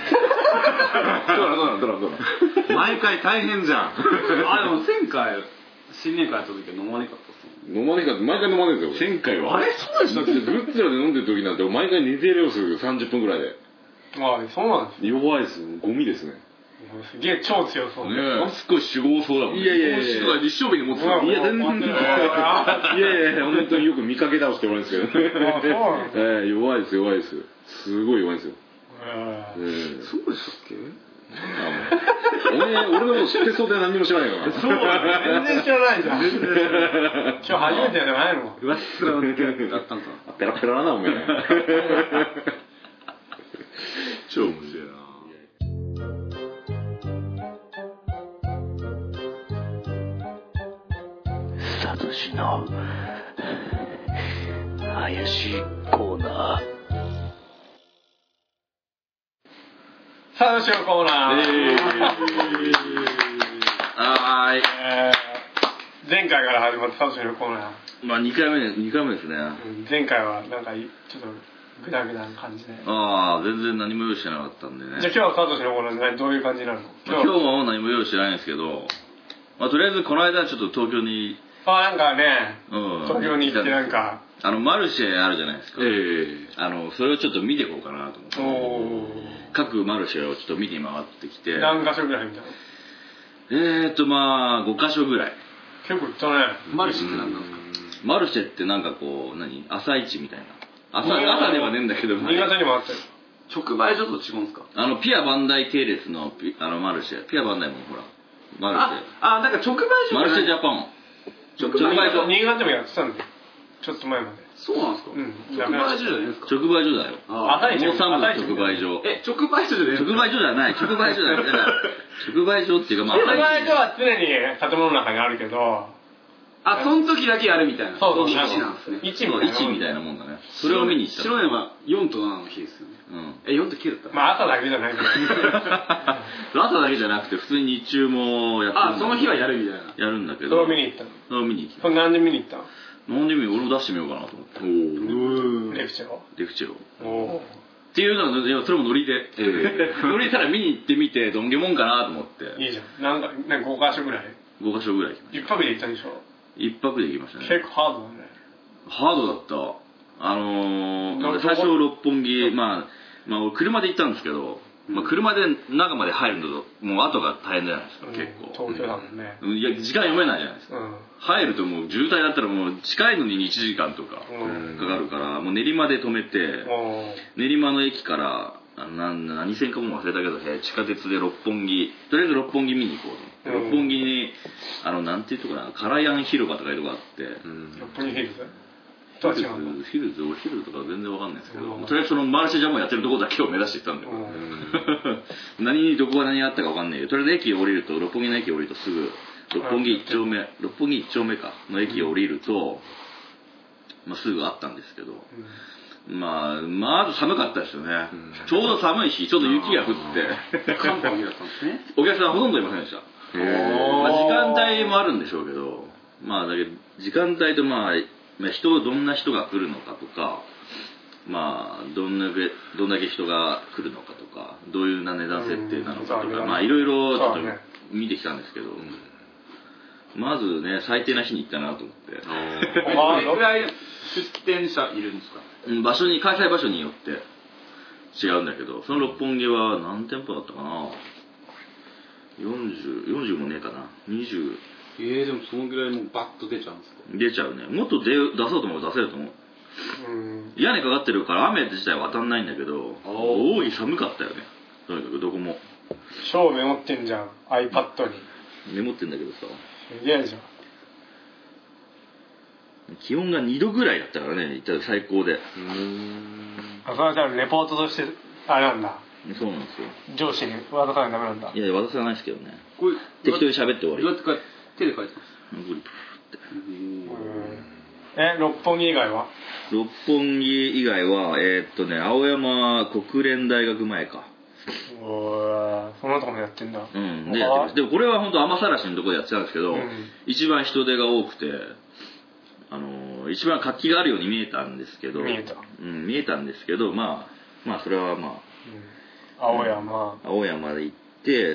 どら。毎回大変じゃん。 でも前回新年会やった時は飲まねかったっすもん。 飲まねかった、毎回飲まねえんですよ。 前回は。 あれそうでしたっけ？ グッズらで飲んでる時なんて毎回寝てるよ、すぐ30分ぐらいで。 そうなんです。 弱いです。ゴミですね。 すげえ超強そうね。 すごい酒豪そうだもんね。 いやとか一生日に持ってた。 いや全然。いや本当によく見かけ倒してもらうんですけど。弱いです。すごい弱いですよ。 そうでしたっけ？ 俺のも知ってそうで何にも知らないから。 そう全然知らないじゃん。今日初めてじゃないの？ うわっすらだったんか。 ペラペラだなおめえ。 超面白いな。 サトシの怪しいコーナー。 サトシのコーナー。 はい。 前回から始まったサトシのコーナー。 2回目ですね。 前回はなんかちょっとグダグダな感じで。 全然何も用意してなかったんでね。 じゃあ今日はサトシのコーナーどういう感じになるの？ 今日も何も用意してないんですけど、とりあえずこの間ちょっと東京になんかね、東京に行ってなんかマルシェあるじゃないですか。それをちょっと見ていこうかなと思って。各マルシェをちょっと見て回ってきて。 何箇所ぐらい見たの ？5箇所ぐらい。 結構行ったね。 マルシェって何なんですか？ マルシェってなんかこう朝市みたいな。朝ではねえんだけど。 新潟にもあったよ。 直売所と違うんですか？ ピアバンダイ系列のマルシェ。ピアバンダイもほらマルシェ。 なんか直売所。 マルシェジャパン。 直売所。新潟でもやってたんだよ。ちょっと前まで。 そうなんですか？直売所じゃないですか？ 直売所だよ。農産物直売所。 直売所じゃない？ 直売所じゃない。直売所じゃない。直売所っていうか直売所は常に建物の中にあるけど、 あ、その時だけやるみたいな。 そう 1なんですね。 1みたいなもんだね。それを見に行った。 白山4と7の日ですよね。4と9だった。 まあ朝だけじゃないけど。 朝だけじゃなくて普通に日中もやってる。 あ、その日はやるみたいな。 やるんだけど。 それを見に行ったの。 それを見に行きた。 それ何で見に行ったの？ なんで俺も出してみようかなと思って。 レフチェロ。 レフチェロ。っていうのがそれもノリで。ノリたら見に行ってみてどんげもんかなと思って。 いいじゃん。なんか5カ所ぐらい。 5カ所ぐらい行きました。 1泊で行ったんでしょ ？1泊で行きましたね。 結構ハードだね。 ハードだった。最初六本木、まあ俺車で行ったんですけど、まあ車で中まで入るのともう後が大変じゃないですか、結構。 東京だもんね。 いや時間読めないじゃないですか。入るともう渋滞だったらもう近いのに1時間とかかかるから、もう練馬で止めて、練馬の駅から何線かも忘れたけど、地下鉄で六本木、とりあえず六本木見に行こうと思って、六本木になんていうとこな、カラヤン広場とかいうとこあって、 六本木ヒルズヒルズとか全然わかんないですけど、とりあえずそのマルシェジャムをやってるとこだけを目指していったんだよ。どこが何があったかわかんないけど、とりあえず駅を降りると、六本木の駅を降りるとすぐ六本木1丁目かの駅を降りると、すぐあったんですけど、まず寒かったですよね。ちょうど寒い日、ちょうど雪が降って寒波だったんですね。 お客さんほとんどいませんでした。時間帯もあるんでしょうけど、だけど時間帯とどんな人が来るのかとか、どんだけ人が来るのかとか、どういう値段設定なのかとか、いろいろちょっと見てきたんですけど、まずね、最低な日に行ったなと思って。 どれくらい出店者いるんですか？ 開催場所によって違うんだけど、その六本木は何店舗だったかな、40もねえかな、20。 でもそのぐらいもうバッと出ちゃうんですか？ 出ちゃうね。もっと出そうと思うと出せると思う。屋根かかってるから雨自体は当たんないんだけど、寒かったよね。とにかくどこも。 超メモってんじゃん、 iPad に。 メモってんだけどさ、 すげえじゃん。 気温が2度ぐらいだったからね、最高で。 それはじゃあレポートとしてあれなんだ。 そうなんですよ。 上司に渡さないとダメなんだ。 いや渡さないですけどね。適当に喋って終わり。 どうやって手で書いてます？ 六本木以外は？ 六本木以外は青山国連大学前か。 そんなとこもやってんだ。 でもこれは本当雨さらしのところでやってたんですけど、一番人手が多くて、一番活気があるように見えたんですけど、見えたんですけど、それは青山で行って、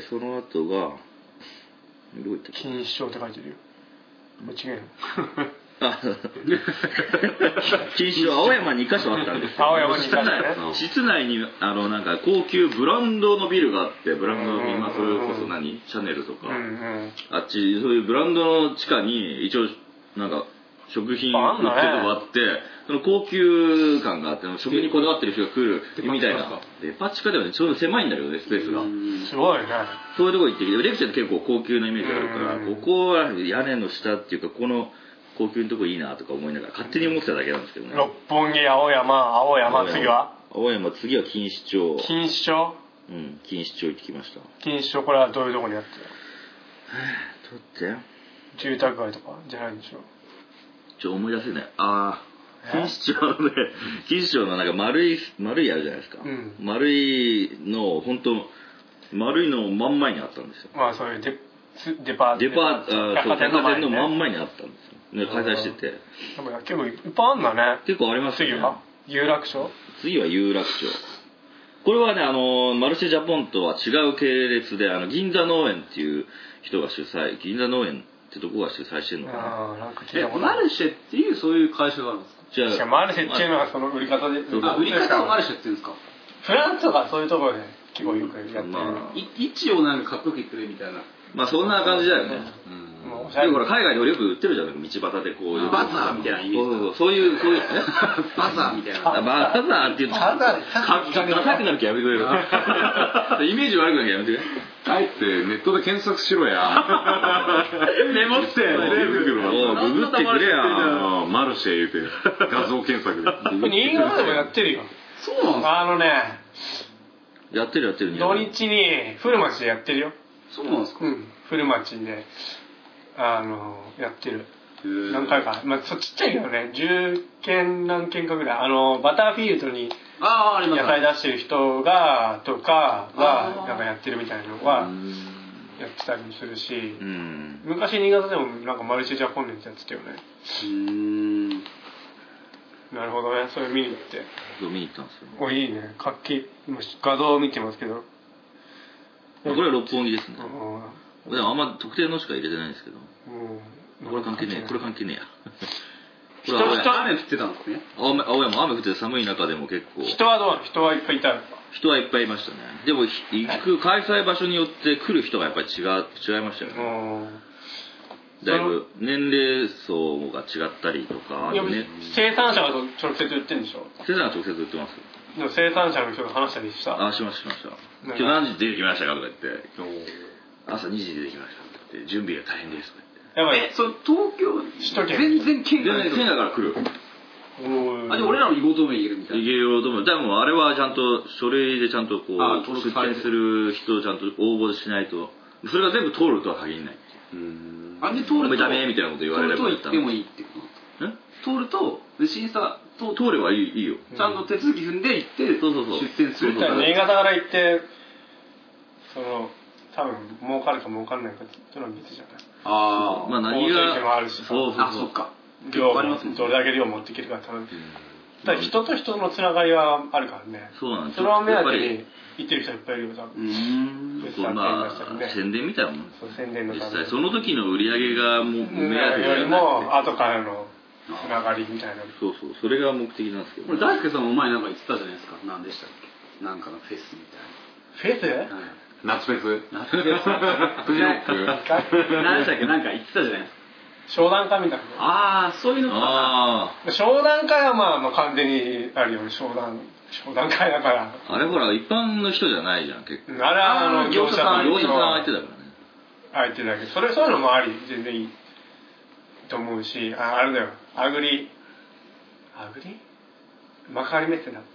その後がどういった錦糸町って書いてるよ。間違える。 錦糸町、青山に2カ所あったんですよ。 青山に2カ所ね。 室内になんか高級ブランドのビルがあって、ブランドのビル、それこそシャネルとか、あっちそういうブランドの地下に一応なんか食品売ってるとこあって、その高級感があって、食にこだわってる人が来るみたいな。デパ地下ではね、ちょうど狭いんだけどね、スペースが。 すごいね。 そういうとこ行ってきて、レクチャーって結構高級なイメージがあるから、ここは屋根の下っていうか、この高級のとこいいなとか思いながら、勝手に思ってただけなんですけどね。 六本木、青山、次は次は錦糸町。 錦糸町？ 錦糸町行ってきました。 錦糸町、これはどういうとこにあってる？どうって住宅街とかじゃないんでしょ？ 思い出せない。錦糸町のなんか丸いあるじゃないですか。丸いの本当丸いの真ん前にあったんですよ。 そういうデパート百貨店の真ん前にあったんですよ。開催してて。 結構いっぱいあんだね。 結構ありますね。 次は有楽町？ 次は有楽町。これはねマルシェジャポンとは違う系列で銀座農園っていう人が主催、銀座農園ってとこが主催してるのかな。 マルシェっていうそういう会社があるんですか？ じゃあマルシェっていうのはその売り方で、 売り方をマルシェって言うんですか？ フランスとかそういうところで結構よくやってる。 位置をなんかかっこよく言ってるみたいな。 そんな感じだよね。でもほら海外で俺よく売ってるじゃん、道端でこういうバザーみたいなイメージ。 そういうバザーみたいな。 バザーっていうの高くなる気やめてくれる。イメージ悪くなる気やめてくれる。 あえてネットで検索しろや。 メモってググってくれや。 マルシェ言うて画像検索で。 新潟でもやってるよ。 そうなんですか？ やってる土日に古町でやってるよ。 そうなんですか？ 古町でやってる。 何回か、まあちっちゃいけどね、10件何件かぐらい、バターフィールドに野菜出してる人がとかがなんかやってるみたいなのはやってたりもするし、昔新潟でもなんかマルシェジャポンのやつやってたよね。なるほどね、それ見に行って。 そう見に行ったんですよ。 お、いいね、活気。今画像を見てますけど。 これは六本木ですね。でもあんま特定のしか入れてないんですけど。これ関係ねえ。これ関係ねえや。 これ雨降ってたんですね。 青山も雨降って寒い中でも結構。 人はどうなの？人はいっぱいいた。 人はいっぱいいましたね。でも行く開催場所によって来る人がやっぱり違いましたよね。だいぶ年齢層が違ったりとか、ね、 生産者が直接売ってるんでしょ？ 生産者が直接売ってます。 でも生産者の人が話したりした？ しました。今日何時出てきましたかとか言って、朝2時に出てきましたって言って、準備が大変ですとか言って。 その東京首都圏全然県外県外から来る。 じゃ俺らの行こうとも行けるみたいな。 行けようとも。でもあれはちゃんと書類でちゃんとこう出店する人をちゃんと応募しないと、それが全部通るとは限らない。 あれで通るとダメみたいなこと言われれば通ると言ってもいいってこと？通ると審査通ればいいよ。 ちゃんと手続き踏んで行って出店するとか。 新潟から行って多分儲かるか儲かんないかっていうのは別じゃない。 まあ何がもあるし、 そっか。 量もどれだけ量持っていけるか頼む。ただ人と人のつながりはあるからね。 そうなんです。 それを目当てに行ってる人いっぱいいるよ多分。 まあ宣伝みたいなもん。 宣伝のため。 実際その時の売り上げがもう目当てよりも後からのつながりみたいな。 そうそれが目的なんですけど。 これ大輔さんも前なんか言ってたじゃないですか。何でしたっけ？なんかのフェスみたいな。 フェス？ 夏フェス？ フジロック？何でしたっけ？なんか言ってたじゃないですか。 商談会みたいな。 そういうのかな。 商談会はまあ完全にあるよね。商談会だから。 あれほら一般の人じゃないじゃん結構。 あれは業者さん相手だからね。 相手だけどそういうのもあり全然いいと思うし、あれだよ。アグリ幕張メッセだった。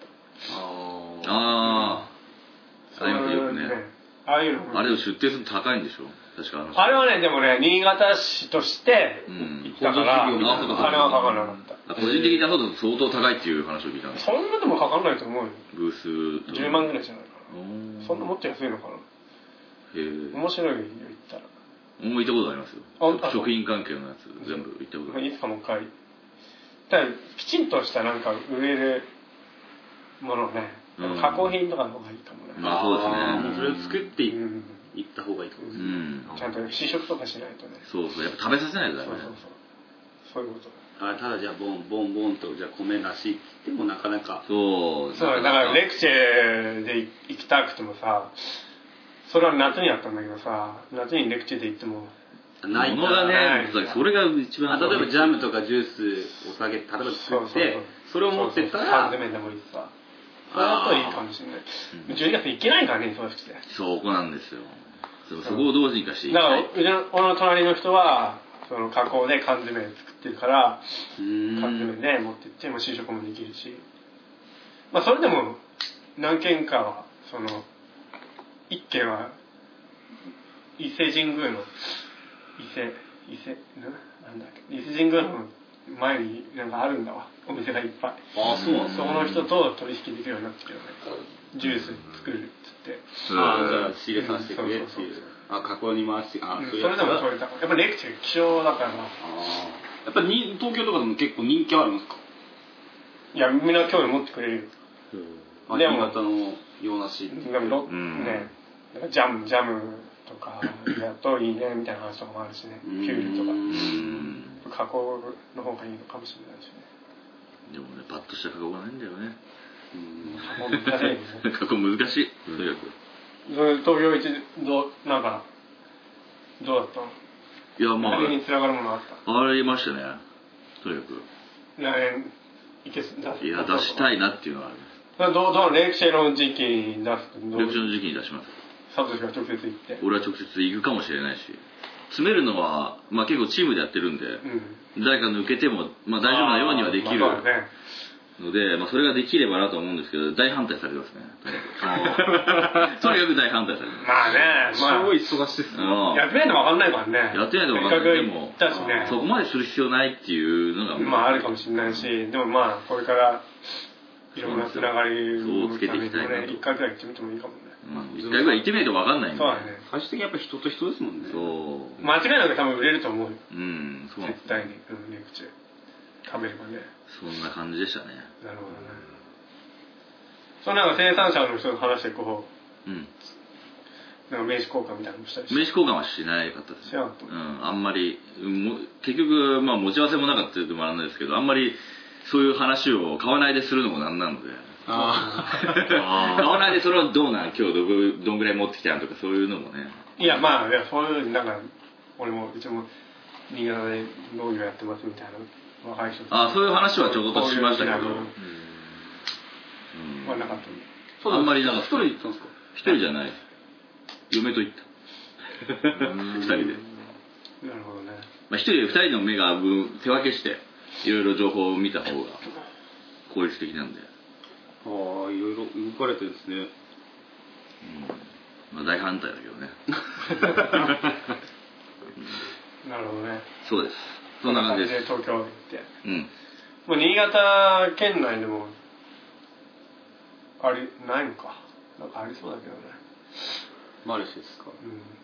ありますよね。 ああいうの。 あれを出店すると高いんでしょ？確かあれはね、でもね、新潟市として行ったから、あれはかかんなかった。 個人的に出そうと相当高いっていう話を聞いたんです。 そんなでもかかんないと思うよ。 ブース 10万ぐらいじゃないかな。そんなもっと安いのかな。面白いよ、行ったら。 もう行ったことありますよ。食品関係のやつ全部行ったことある。 いつかもう一回。ただきちんとしたなんか売れるものね、加工品とかの方がいいかもね。 まあそうですね。 それを作っていった方がいいと思います。 ちゃんと試食とかしないとね。 そうやっぱ食べさせないとダメだね。 そういうこと。 ただじゃあボンとじゃあ米なしってもなかなか。 そうだからレクチェで行きたくてもさ、それは夏にやったんだけどさ、夏にレクチェで行ってもないからね。それが一番。 例えばジャムとかジュースお酒例えば作ってそれを持ってったら缶詰でもいいさ。それだといいかもしれない。12月行けないからね、忙しくて。 そこなんですよ。そこをどうにかしていきたい。 だから俺の隣の人はその加工で缶詰作ってるから缶詰で持ってっても試食もできるし、まあそれでも何軒かは一軒は伊勢神宮のなんだっけ、伊勢神宮の前になんかあるんだわ、お店がいっぱい。 そうなんですか。 その人と取引できるようになってきたよね。ジュース作るっつって。 じゃあ仕入れさせてくれっていう。加工に回して。 それでもそれだ。やっぱレクチャー希少だからな。 やっぱり東京とかでも結構人気あるんですか？ いや、みんな興味持ってくれるよ。 でも新潟の洋梨。 でもね、ジャムとかやっといいねみたいな話とかもあるしね。キュウリとか。加工の方がいいのかもしれないしね。 でもね、パッとした加工がないんだよね。 加工難しい。 加工難しい。とにかく。 東京一どうだったの？ いやまあ。 何に繋がるものあった？ ありましたね。とにかく。 来年いや出したいなっていうのはある。 どのレクチェの時期に出す？ レクチェの時期に出します。 サトシが直接行って。 俺は直接行くかもしれないし。詰めるのは、結構チームでやってるんで、誰か抜けても、大丈夫なようにはできる。 ので、それができればなと思うんですけど、大反対されますね。とにかく大反対されます。 まあね、 超忙しいですね。 やってないと分かんないからね。 やってないと分かんない。でも、そこまでする必要ないっていうのが、 あるかもしれないし、でもこれからいろんなつながりをつけていきたいなと。 1回くらい行ってみてもいいかもね。 1回ぐらい行ってみないと分かんないんで。 そうだね。 最終的にやっぱ人と人ですもんね。 そう。 間違いなく多分売れると思う。 そう絶対に。レクチュ食べればね。 そんな感じでしたね。 なるほどね。その生産者の人と話してこう、なんか名刺交換みたいなのもしたりして。 名刺交換はしなかったです。 しなかった。 あんまり、結局、持ち合わせもなかったというのもあるんですけど、あんまりそういう話を買わないでするのもなんなので。買わないでそれはどうなん今日どんぐらい持ってきたんとかそういうのもね。 いやそういうなんか俺もうちも新潟で農業やってますみたいな若い人そういう話はちょこっとしましたけど、 なかった。 あんまりなんか一人で行ったんですか？ 一人じゃない。嫁と行った。二人で。 なるほどね。 一人で二人の目が手分けしていろいろ情報を見た方が効率的なんで。 いろいろ動かれてるんですね。 大反対だけどね。 なるほどね。 そうです。そんな感じです。 東京行って。もう新潟県内でもないのか。なんかありそうだけどね。 マルシェですか。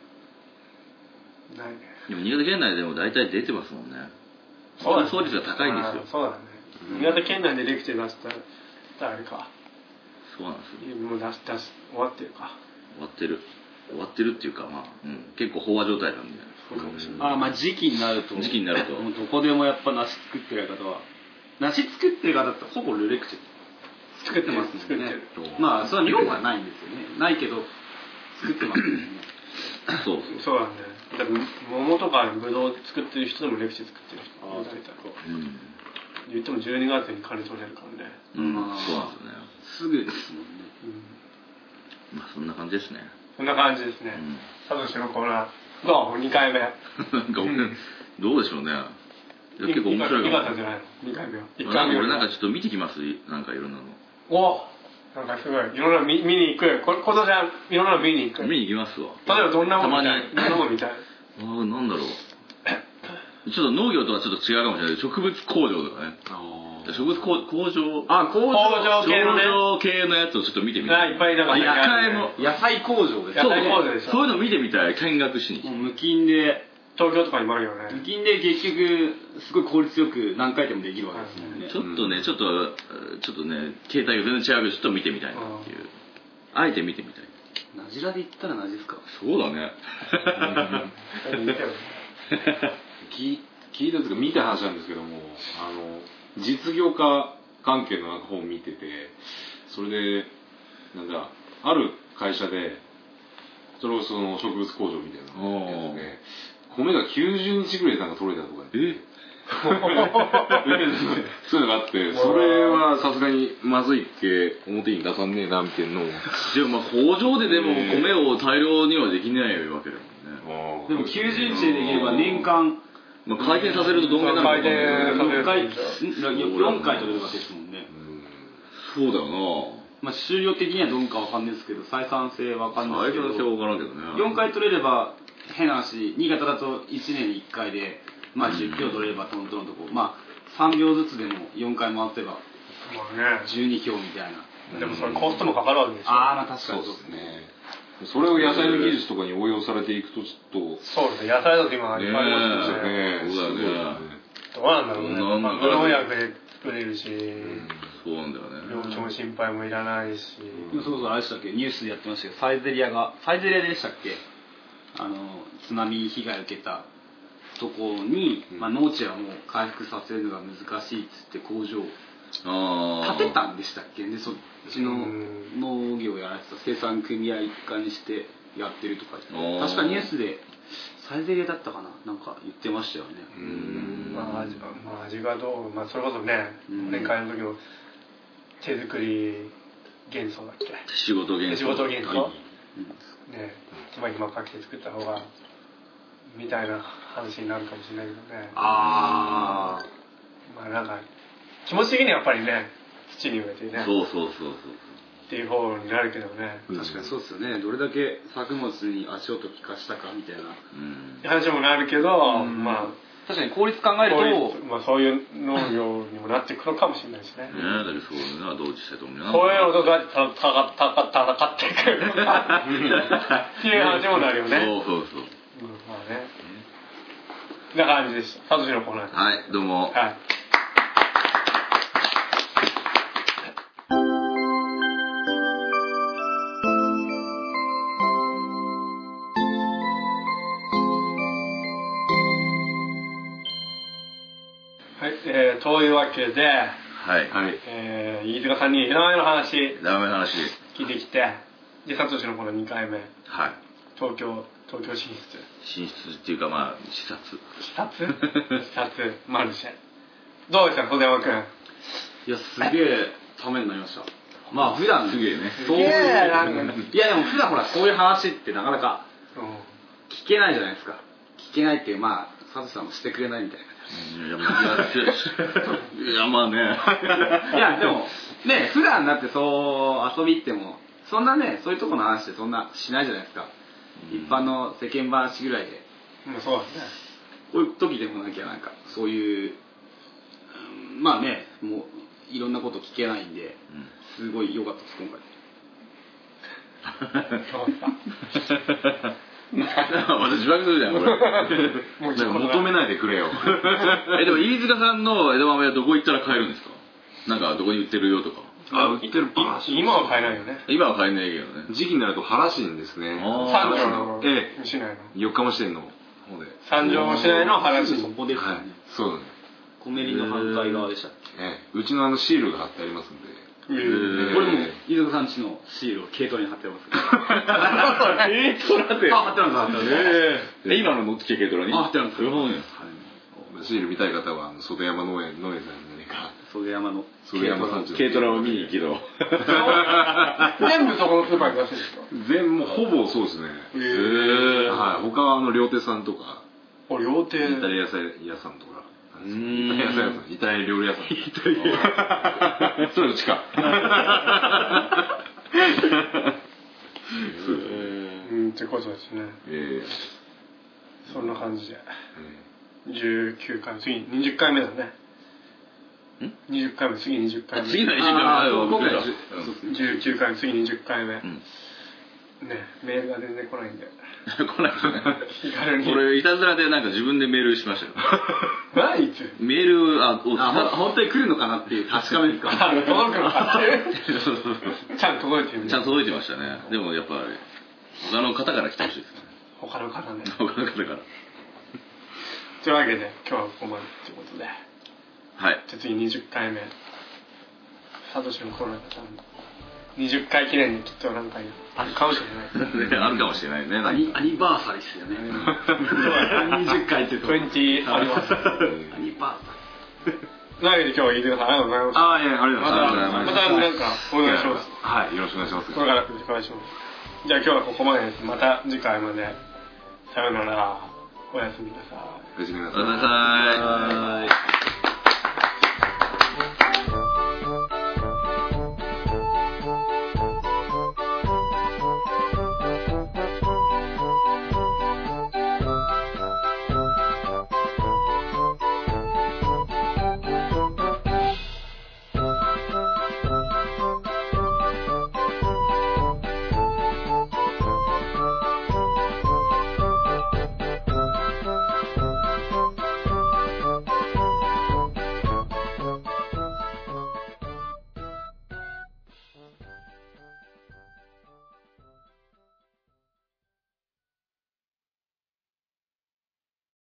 ないね。 でも新潟県内でも大体出てますもんね。 そうだね。 創率が高いんですよ。 そうだね。新潟県内でレクチャー出したらあれか。 そうなんですよ。 もう終わってるか。 終わってるっていうか結構飽和状態なんで。 そうかもしれない。時期になると。 どこでもやっぱ梨作ってる方は梨作ってる方ってほぼルレクチェ作ってますもんね。それは量はないんですよね。ないけど作ってますもんね。 そうなんだよ。だから桃とかブドウ作ってる人でもレクチェ作ってる人いたりとか。言っても12月に金取れるからね。 そうなんですよね。 すぐですもんね。 そんな感じですね。 そんな感じですね。サトシのコーナーどう？2回目。 どうでしょうね。結構面白いかも。 よかったんじゃないの？2回目は。 1回目俺なんかちょっと見てきます。なんかいろんなの。 なんかすごいいろんな見に行く。今年はいろんなの見に行く。 見に行きますわ。 例えばどんなものみたい？どんなものみたい？ なんだろう。ちょっと農業とはちょっと違うかもしれない。植物工場とかね。植物工場系のやつをちょっと見てみたい。 いっぱいだから野菜工場です。 そういうの見てみたい。見学しに。 無菌で東京とかにもあるよね。 無菌で結局すごい効率よく何回でもできるわけですもんね。 ちょっとね形態が全然違うけどちょっと見てみたいなっていう。あえて見てみたい。 ナジラで言ったらナジですか？ そうだね。 聞いたんですけど見た話なんですけども実業家関係の本を見ててそれである会社でそれこその植物工場みたいなやつで米が90日ぐらいで取れたとかそういうのがあってそれはさすがにまずいって表に出さんねえなみたいなのをでも工場ででも米を大量にはできないわけだもんね。 でも90日でできれば年間回転させるとどんぐらいなのか 4回取れるわけですもんね。 そうだよな。 収量的にはどんかわかんないですけど採算性わかんないですけど採算性はわからんけどね。 4回取れれば変な話新潟だと1年に1回で10キロ取れればトントンと3秒ずつでも4回回ってば12キロみたいな。 でもそれコストもかかるわけでしょ。 確かにそうですね。 それを野菜の技術とかに応用されていくとちょっとそうですね。野菜だと今ありますよね。 そうだよね。 どうなんだろうね。無農薬で作れるし、 そうなんだよね。 病気も心配もいらないし。 そうあれでしたっけニュースでやってましたけどサイゼリアでしたっけ津波被害を受けたところに、農地はもう回復させるのが難しいっつって工場を建てたんでしたっけね。そっちの農業をやられてた生産組合一貫にしてやってるとか確かニュースでサイゼリアだったかななんか言ってましたよね。 味がどうそれこそね年会の時の手作り幻想だっけ仕事幻想ねつまりかけて作った方がみたいな話になるかもしれないけどね。なんか気持ち的にはやっぱりね土に植えてね。 そうっていう方になるけどね。 確かにそうですよね。どれだけ作物に足音聞かしたかみたいな話もなるけど、まあ確かに効率考えると、 まあそういう農業にもなっていくのかもしれないですね。 ね、だけどそういうのは同時したと思うな。 そういうのとどうやって戦っていくのかっていう話もなるよね。 そう。 まあね。こんな感じでした。サトシのコーナー。 はい、どうも。 はい。というわけで、飯塚さんに枝豆の話聞いてきて、でサトシのこの2回目、東京進出っていうかまあ視察マルシェどうでした小山君。 いやすげえためになりました。まあ普段すげえね。 そういういやでも普段ほらそういう話ってなかなか聞けないじゃないですか。聞けないっていうまあサトシさんもしてくれないみたいな。 いやまあね。 いやでもね普段だってそう遊び行ってもそんなねそういうとこの話ってそんなしないじゃないですか。一般の世間話ぐらいで。 そうですね。 こういう時でもなきゃなんかそういうまあねもういろんなこと聞けないんで、すごい良かったです今回。 私バカするじゃんこれ。 求めないでくれよ。 でも飯塚さんの枝豆はどこ行ったら買えるんですか。なんかどこに売ってるよとか。 売ってる。 今は買えないよね。 今は買えないけどね。 時期になると原市にですね。 三条の市内の。 四日も支店の方で。 三条市内の原市。 そこですよね。 そうだね。 コメリの反対側でしたっけ。うちのシールが貼ってありますんで。 これも飯塚さんちのシールを軽トラに貼ってます。 貼ってます。今の乗ってきた軽トラに貼ってあるんですよ。 シール見たい方は袖山農園さんに袖山の軽トラを見に行けど。 全部そこのスーパーに出してるんですか。 全部ほぼそうですね。はい。他は料亭さんとか。 料亭。 イタリア屋さんとか。イタリア料理屋さん。それうちか。 ってことですね。そんな感じで。19回次20回目だね。20回目次20回目。 次の20回目。19回目次20回目。ね、メールが全然来ないんで。 来ないですね。気軽に。これいたずらでなんか自分でメールしましたよ。 何いつ？ メール本当に来るのかなっていう確かめですか。 届くのかっていう。ちゃんと届いてる。 ちゃんと届いてましたね。でもやっぱり他の方から来てほしいですね。 他の方ね。 他の方から。 というわけで今日はここまでってことで。 はい。 じゃあ次20回目。サトシのコロナさん。20回記念にきっとなんかあるかもしれない。 あるかもしれないね。 アニバーサリーですよね。20回って言うと。 20あります。 アニバーサリー。なので今日は飯塚さんありがとうございました。 ありがとうございます。 またなんかお願いします。 はい、よろしくお願いします。 これからよろしくお願いします。じゃあ今日はここまでです。また次回まで。さよなら。おやすみなさい。 おやすみなさい。 おやすみなさい。